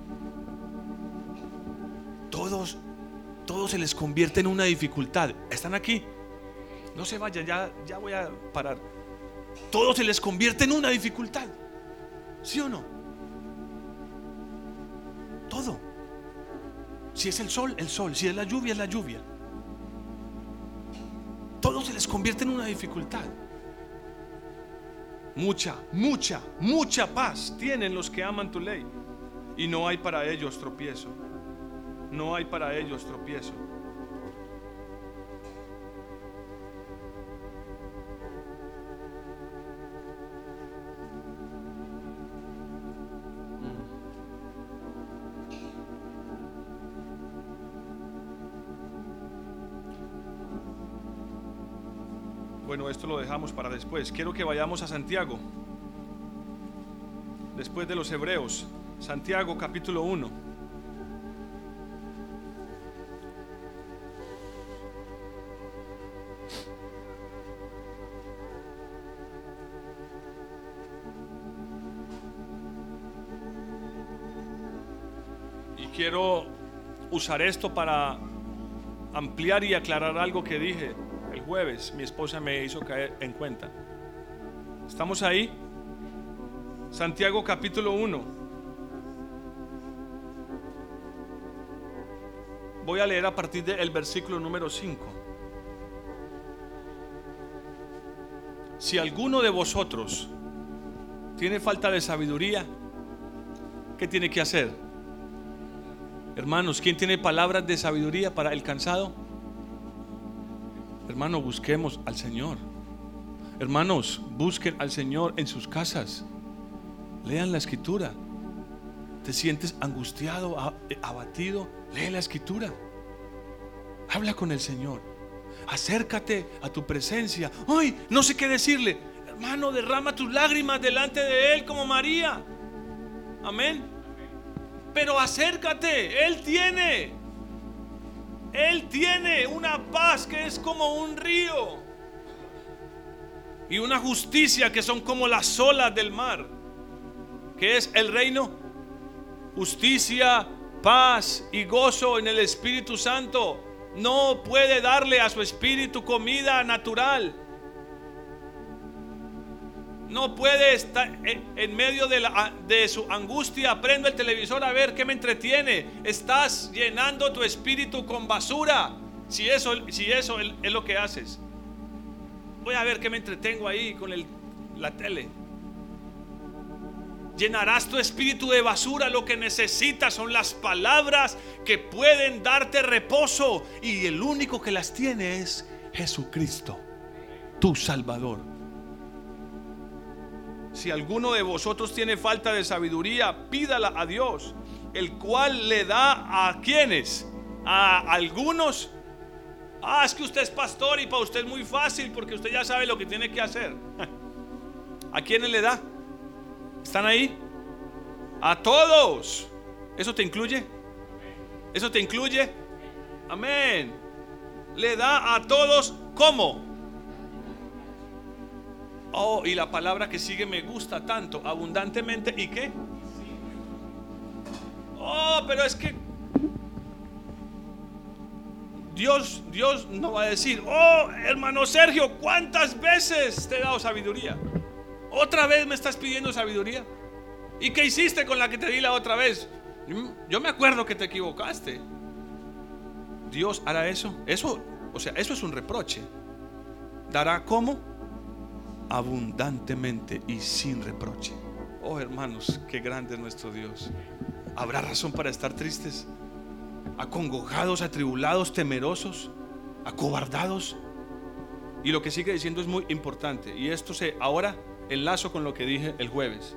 Todo se les convierte en una dificultad. ¿Están aquí? No se vayan, ya voy a parar. Todo se les convierte en una dificultad. ¿Sí o no? Todo. Si es el sol, el sol. Si es la lluvia, es la lluvia. Todo se les convierte en una dificultad. Mucha paz tienen los que aman tu ley, y no hay para ellos tropiezo. No hay para ellos tropiezo. Bueno, esto lo dejamos para después. Quiero que vayamos a Santiago, después de los Hebreos. Santiago capítulo 1. Y quiero usar esto para ampliar y aclarar algo que dije el jueves. Mi esposa me hizo caer en cuenta. ¿Estamos ahí? Santiago capítulo 1. Voy a leer a partir del versículo número 5. Si alguno de vosotros tiene falta de sabiduría, ¿qué tiene que hacer? Hermanos, ¿quién tiene palabras de sabiduría para el cansado? Hermano, busquemos al Señor. Hermanos, busquen al Señor en sus casas. Lean la Escritura. ¿Te sientes angustiado, abatido? Lee la Escritura. Habla con el Señor. Acércate a tu presencia. Ay, no sé qué decirle. Hermano, derrama tus lágrimas delante de Él como María. Amén. Pero acércate. Él tiene una paz que es como un río, y una justicia que son como las olas del mar. ¿Qué es el reino? Justicia, paz y gozo en el Espíritu Santo. No puede darle a su espíritu comida natural. No puede estar en medio de su angustia. Prendo el televisor a ver qué me entretiene. Estás llenando tu espíritu con basura. Si eso es lo que haces. Voy a ver qué me entretengo ahí con la tele. Llenarás tu espíritu de basura. Lo que necesitas son las palabras que pueden darte reposo, y el único que las tiene es Jesucristo, tu Salvador. Si alguno de vosotros tiene falta de sabiduría, pídala a Dios, el cual le da a quienes, A algunos, es que usted es pastor y para usted es muy fácil porque usted ya sabe lo que tiene que hacer. ¿A quiénes le da? ¿Están ahí? A todos. ¿Eso te incluye? ¿Eso te incluye? Amén. Le da a todos. ¿Cómo? Y la palabra que sigue me gusta tanto. Abundantemente. ¿Y qué? Pero es que Dios no va a decir: hermano Sergio, ¿cuántas veces te he dado sabiduría? ¿Otra vez me estás pidiendo sabiduría? ¿Y qué hiciste con la que te di la otra vez? Yo me acuerdo que te equivocaste. Dios hará eso. Eso es un reproche. Dará ¿cómo? Abundantemente y sin reproche. Hermanos, qué grande es nuestro Dios. ¿Habrá razón para estar tristes? Acongojados, atribulados, temerosos, acobardados. Y lo que sigue diciendo es muy importante. Y esto ahora enlazo con lo que dije el jueves.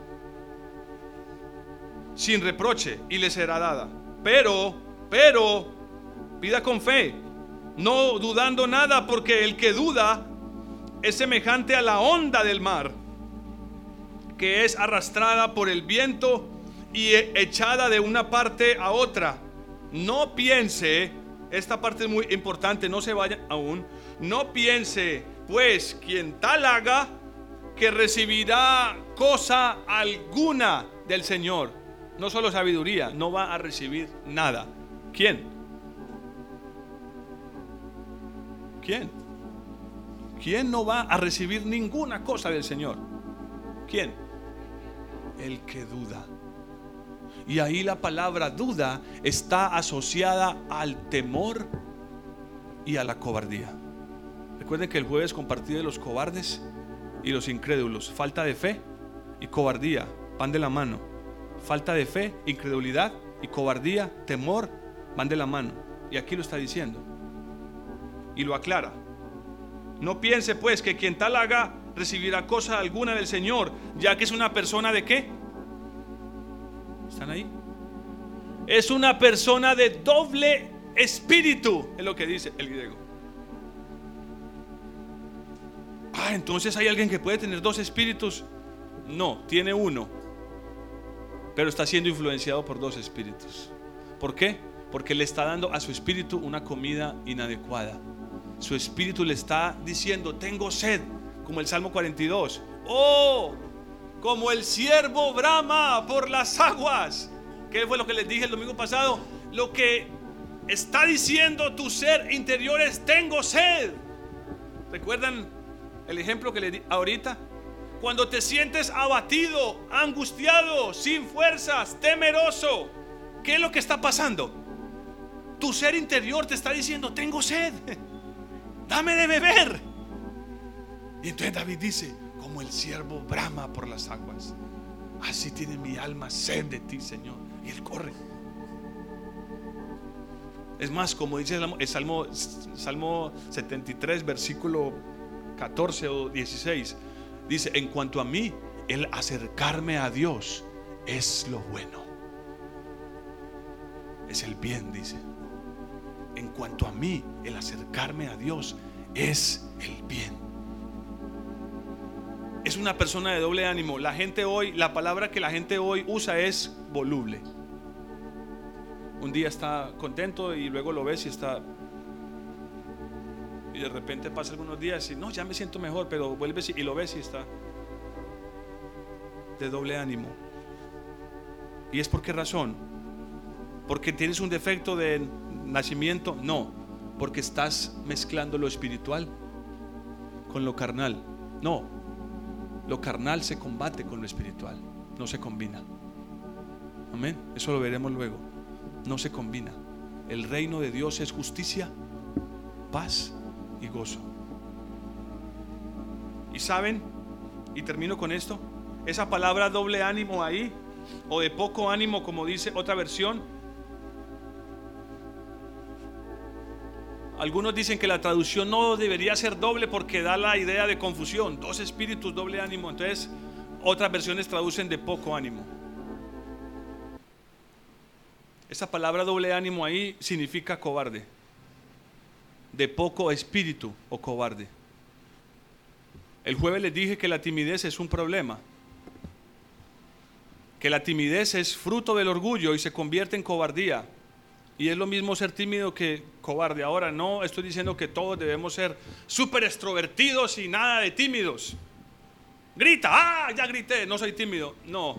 Sin reproche y le será dada. Pero pida con fe, no dudando nada, porque el que duda es semejante a la onda del mar, que es arrastrada por el viento y echada de una parte a otra. No piense, esta parte es muy importante, no se vayan aún. No piense pues quien tal haga que recibirá cosa alguna del Señor. No solo sabiduría, no va a recibir nada. ¿Quién? ¿Quién no va a recibir ninguna cosa del Señor? ¿Quién? El que duda. Y ahí la palabra duda está asociada al temor y a la cobardía. Recuerden que el jueves compartí de los cobardes y los incrédulos. Falta de fe y cobardía van de la mano. Falta de fe, incredulidad y cobardía, temor, van de la mano. Y aquí lo está diciendo y lo aclara. No piense pues que quien tal haga recibirá cosa alguna del Señor, ya que es una persona de ¿qué? ¿Están ahí? Es una persona de doble espíritu, es lo que dice el griego. Entonces hay alguien que puede tener dos espíritus. No, tiene uno, pero está siendo influenciado por dos espíritus. ¿Por qué? Porque le está dando a su espíritu una comida inadecuada. Su espíritu le está diciendo: tengo sed, como el Salmo 42. Como el ciervo brama por las aguas. ¿Qué fue lo que les dije el domingo pasado? Lo que está diciendo tu ser interior es: tengo sed. ¿Recuerdan el ejemplo que les di ahorita? Cuando te sientes abatido, angustiado, sin fuerzas, temeroso, ¿qué es lo que está pasando? Tu ser interior te está diciendo: tengo sed, dame de beber. Y entonces David dice: como el ciervo brama por las aguas, así tiene mi alma sed de ti, Señor. Y él corre. Es más, como dice el Salmo 73, versículo 14 o 16, dice: en cuanto a mí, el acercarme a Dios es lo bueno, es el bien, dice. En cuanto a mí, el acercarme a Dios es el bien. Es una persona de doble ánimo. La gente hoy, la palabra que la gente hoy usa es voluble. Un día está contento y luego lo ves y está, y de repente pasa algunos días y no, ya me siento mejor, pero vuelves y lo ves y está de doble ánimo. ¿Y es por qué razón? ¿Porque tienes un defecto de nacimiento? No, porque estás mezclando lo espiritual con lo carnal. No, lo carnal se combate con lo espiritual, no se combina. Amén, eso lo veremos luego. No se combina. El reino de Dios es justicia, paz y gozo. Y saben, y termino con esto, esa palabra doble ánimo ahí, o de poco ánimo, como dice otra versión. Algunos dicen que la traducción no debería ser doble porque da la idea de confusión. Dos espíritus, doble ánimo. Entonces otras versiones traducen de poco ánimo. Esa palabra doble ánimo ahí significa cobarde, de poco espíritu o cobarde. El jueves les dije que la timidez es un problema, que la timidez es fruto del orgullo y se convierte en cobardía. Y es lo mismo ser tímido que cobarde. Ahora no estoy diciendo que todos debemos ser súper extrovertidos y nada de tímidos. Grita, ya grité, no soy tímido.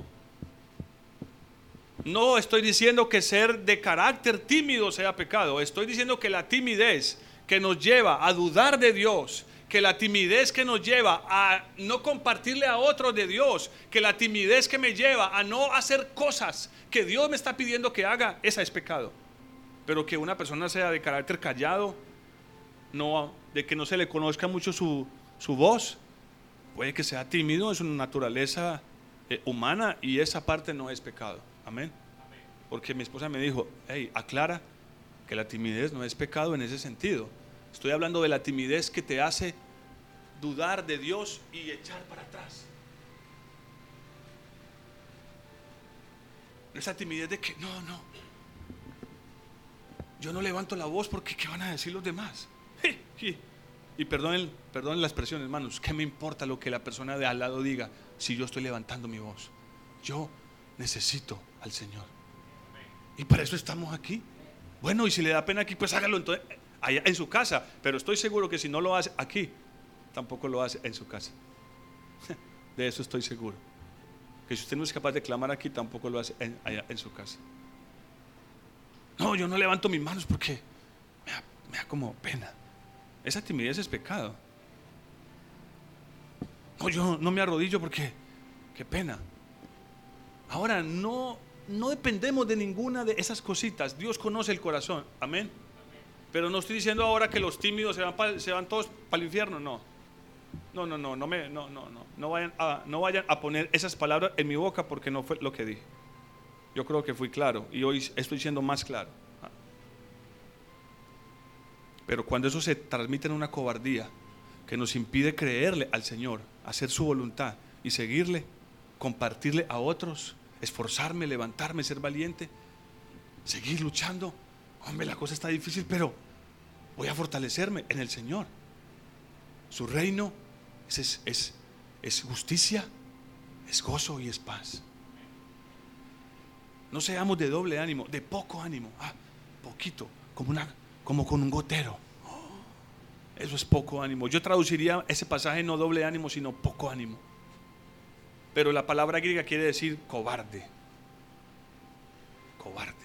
No estoy diciendo que ser de carácter tímido sea pecado. Estoy diciendo que la timidez que nos lleva a dudar de Dios, que la timidez que nos lleva a no compartirle a otros de Dios, que la timidez que me lleva a no hacer cosas que Dios me está pidiendo que haga, esa es pecado. Pero que una persona sea de carácter callado, de que no se le conozca mucho su voz, puede que sea tímido, es una naturaleza humana y esa parte no es pecado. Amén. Porque mi esposa me dijo, hey, aclara que la timidez no es pecado en ese sentido. Estoy hablando de la timidez que te hace dudar de Dios y echar para atrás. Esa timidez de que no, yo no levanto la voz porque ¿qué van a decir los demás? Y perdonen la expresión, hermanos, ¿qué me importa lo que la persona de al lado diga si yo estoy levantando mi voz? Yo necesito al Señor y para eso estamos aquí. Bueno, y si le da pena aquí, pues hágalo entonces allá en su casa, pero estoy seguro que si no lo hace aquí, tampoco lo hace en su casa. De eso estoy seguro, que si usted no es capaz de clamar aquí, tampoco lo hace allá en su casa. No, yo no levanto mis manos porque me da como pena. Esa timidez es pecado. No, yo no me arrodillo porque qué pena. Ahora, no dependemos de ninguna de esas cositas. Dios conoce el corazón, amén. Pero no estoy diciendo ahora que los tímidos se van todos para el infierno, no vayan a poner esas palabras en mi boca porque no fue lo que dije. Yo creo que fui claro y hoy estoy siendo más claro. Pero cuando eso se transmite en una cobardía que nos impide creerle al Señor, hacer su voluntad y seguirle, compartirle a otros, esforzarme, levantarme, ser valiente, seguir luchando. Hombre, la cosa está difícil, pero voy a fortalecerme en el Señor. Su reino es justicia, es gozo y es paz. No seamos de doble ánimo, de poco ánimo, poquito, como con un gotero. Eso es poco ánimo. Yo traduciría ese pasaje no doble ánimo, sino poco ánimo. Pero la palabra griega quiere decir cobarde. Cobarde.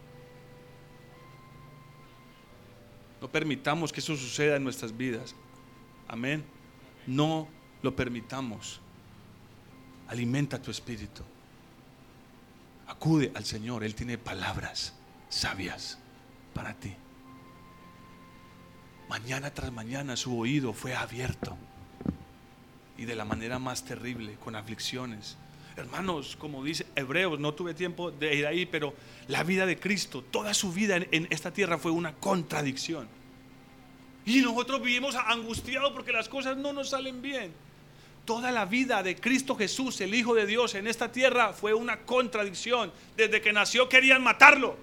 No permitamos que eso suceda en nuestras vidas. Amén. No lo permitamos. Alimenta tu espíritu. Acude al Señor, Él tiene palabras sabias para ti. Mañana tras mañana su oído fue abierto y de la manera más terrible, con aflicciones. Hermanos, como dice Hebreos, no tuve tiempo de ir ahí, pero la vida de Cristo, toda su vida en esta tierra fue una contradicción. Y nosotros vivimos angustiados porque las cosas no nos salen bien. Toda la vida de Cristo Jesús, el Hijo de Dios, en esta tierra fue una contradicción. Desde que nació querían matarlo.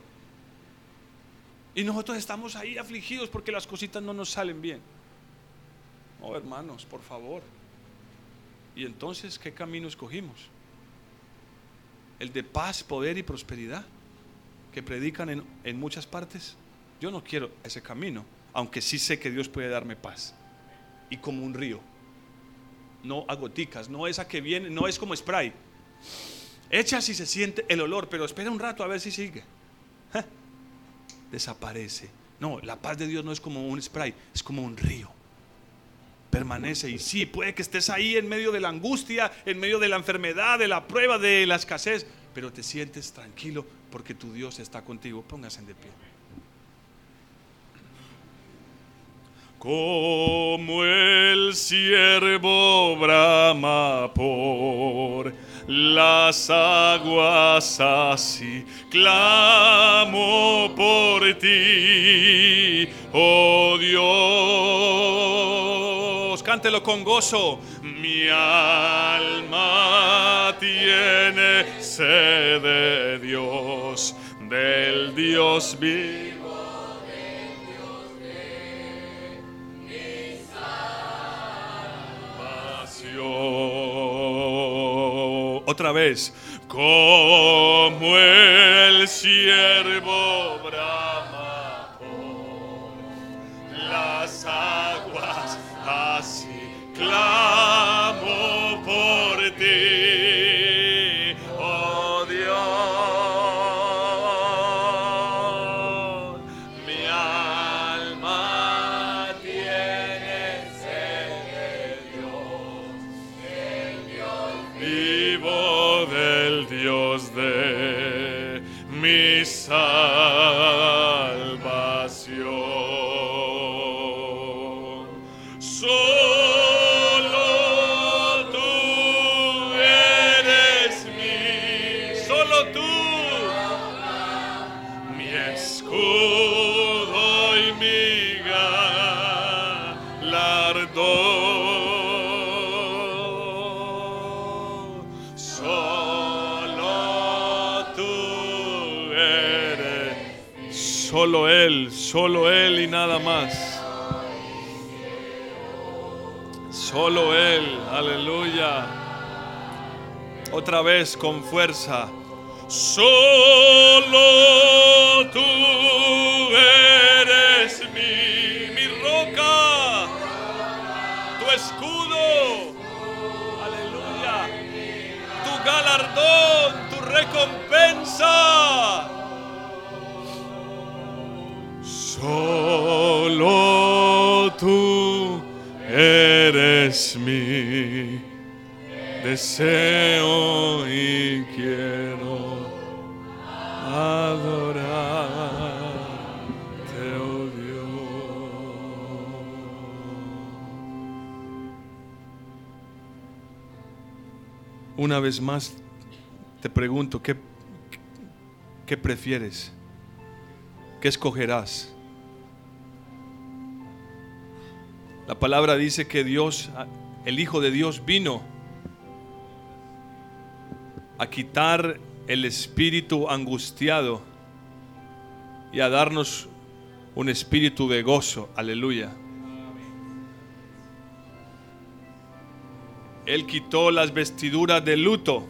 Y nosotros estamos ahí afligidos porque las cositas no nos salen bien. No, hermanos, por favor. Y entonces, ¿qué camino escogimos? El de paz, poder y prosperidad que predican en muchas partes. Yo no quiero ese camino, aunque sí sé que Dios puede darme paz. Y como un río. No a goticas, no esa que viene, no es como spray. Echas y se siente el olor, pero espera un rato a ver si sigue. Desaparece. No, la paz de Dios no es como un spray, es como un río. Permanece. Y sí, puede que estés ahí en medio de la angustia, en medio de la enfermedad, de la prueba, de la escasez, pero te sientes tranquilo porque tu Dios está contigo. Póngase de pie. Como el ciervo brama por las aguas, así clamo por ti, oh Dios. Cántelo con gozo. Mi alma tiene sed de Dios, de del Dios vivo. Otra vez, como el siervo brama por las aguas, así clamo por ti, oh Dios. Mi alma tiene sed de Dios, vivo del Dios de mi salvación. Solo tú eres solo tú, mi escudo y mi galardón. Solo tú eres, solo Él y nada más. Solo Él, aleluya. Otra vez con fuerza. Solo tú eres mi roca, tu escudo, aleluya, tu galardón, tu recompensa. Solo tú eres mi deseo y quiero adorarte, oh Dios. Una vez más te pregunto, ¿qué prefieres? ¿Qué escogerás? La palabra dice que Dios, el Hijo de Dios, vino a quitar el espíritu angustiado y a darnos un espíritu de gozo. Aleluya. Él quitó las vestiduras de luto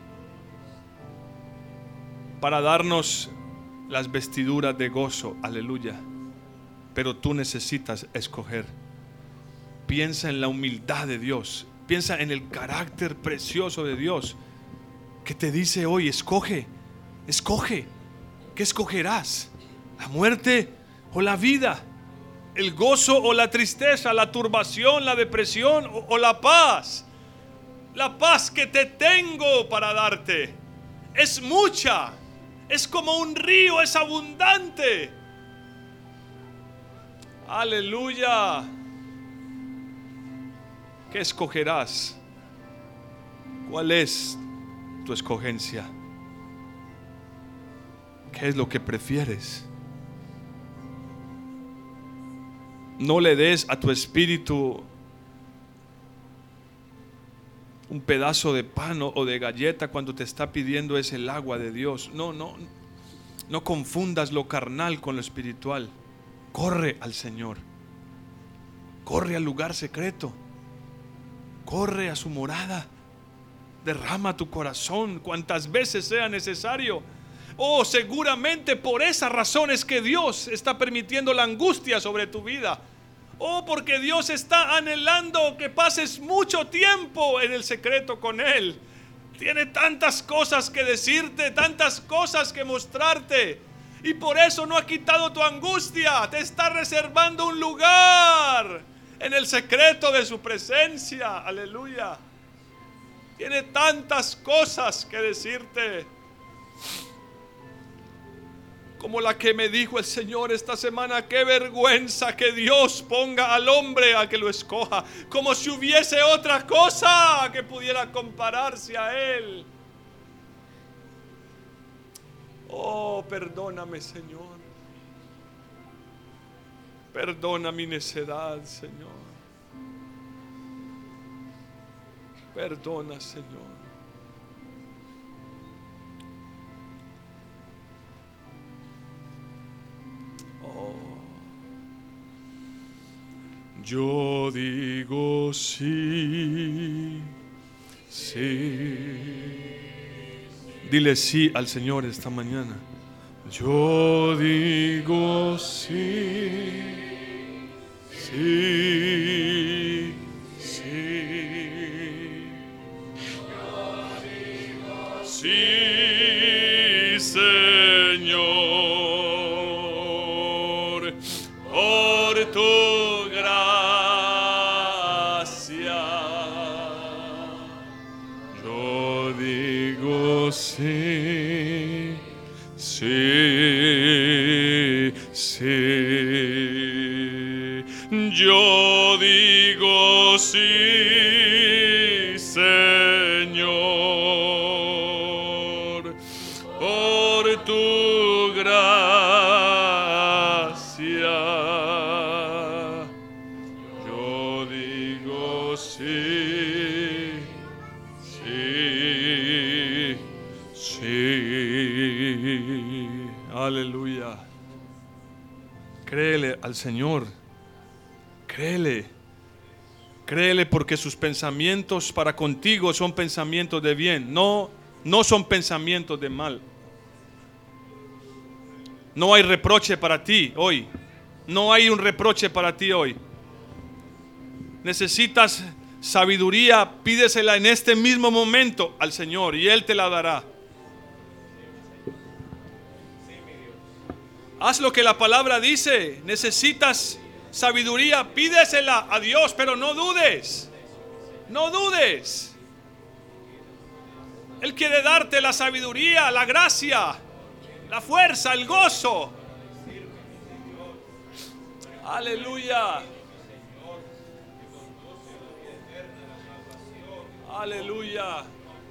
para darnos las vestiduras de gozo. Aleluya. Pero tú necesitas escoger. Piensa en la humildad de Dios. Piensa en el carácter precioso de Dios, que te dice hoy: escoge. ¿Qué escogerás? ¿La muerte o la vida? ¿El gozo o la tristeza? ¿La turbación, la depresión o la paz? La paz que te tengo para darte es mucha, es como un río, es abundante. Aleluya. ¿Qué escogerás? ¿Cuál es tu escogencia? ¿Qué es lo que prefieres? No le des a tu espíritu un pedazo de pan o de galleta cuando te está pidiendo es el agua de Dios. No confundas lo carnal con lo espiritual. Corre al Señor. Corre al lugar secreto. Corre a su morada. Derrama tu corazón cuantas veces sea necesario. Oh, seguramente por esa razón es que Dios está permitiendo la angustia sobre tu vida. Oh, porque Dios está anhelando que pases mucho tiempo en el secreto con Él. Tiene tantas cosas que decirte, tantas cosas que mostrarte. Y por eso no ha quitado tu angustia. Te está reservando un lugar en el secreto de su presencia. Aleluya. Tiene tantas cosas que decirte, como la que me dijo el Señor esta semana: qué vergüenza que Dios ponga al hombre a que lo escoja, como si hubiese otra cosa que pudiera compararse a Él. Oh, perdóname, Señor. Perdona mi necedad, Señor. Perdona, Señor. Yo digo sí, sí. Dile sí al Señor esta mañana. Yo digo sí, sí, sí. Sí, Señor, por tu gracia. Yo digo sí, sí, sí. Yo digo sí, Señor, por tu gracia. Yo digo sí, sí, sí. Aleluya. Créele al Señor. Créele. Créele, porque sus pensamientos para contigo son pensamientos de bien, no son pensamientos de mal. No hay reproche para ti hoy. No hay un reproche para ti hoy. Necesitas sabiduría, pídesela en este mismo momento al Señor y Él te la dará. Haz lo que la palabra dice. Necesitas sabiduría, pídesela a Dios, pero no dudes. No dudes. Él quiere darte la sabiduría, la gracia, la fuerza, el gozo. Aleluya. Aleluya.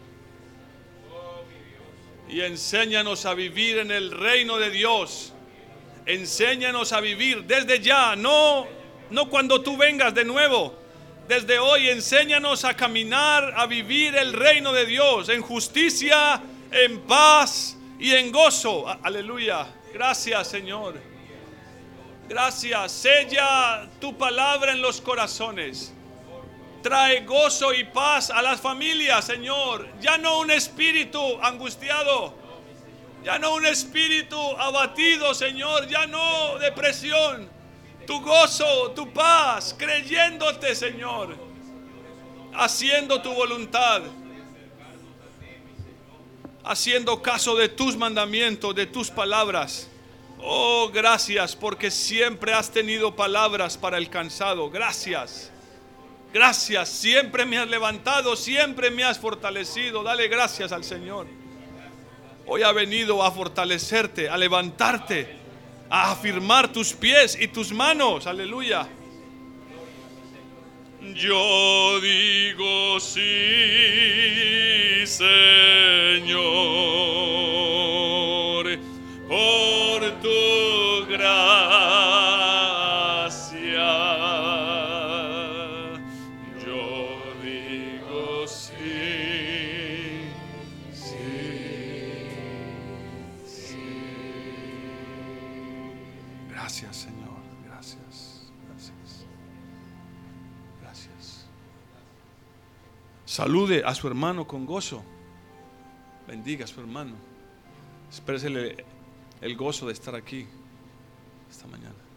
Y enséñanos a vivir en el reino de Dios. Enséñanos a vivir desde ya, no cuando tú vengas de nuevo. Desde hoy enséñanos a caminar, a vivir el reino de Dios en justicia, en paz y en gozo. Aleluya. Gracias, Señor. Gracias. Sella tu palabra en los corazones. Trae gozo y paz a las familias, Señor. Ya no un espíritu angustiado. Ya no un espíritu abatido, Señor. Ya no depresión. Tu gozo, tu paz, creyéndote, Señor. Haciendo tu voluntad. Haciendo caso de tus mandamientos, de tus palabras. Oh, gracias, porque siempre has tenido palabras para el cansado. Gracias. Gracias. Siempre me has levantado, siempre me has fortalecido. Dale gracias al Señor. Hoy ha venido a fortalecerte, a levantarte, a afirmar tus pies y tus manos. Aleluya. Yo digo sí, Señor, por tu gracia. Yo digo sí, sí, sí. Gracias, Señor. Gracias. Salude a su hermano con gozo. Bendiga a su hermano. Exprésele el gozo de estar aquí esta mañana.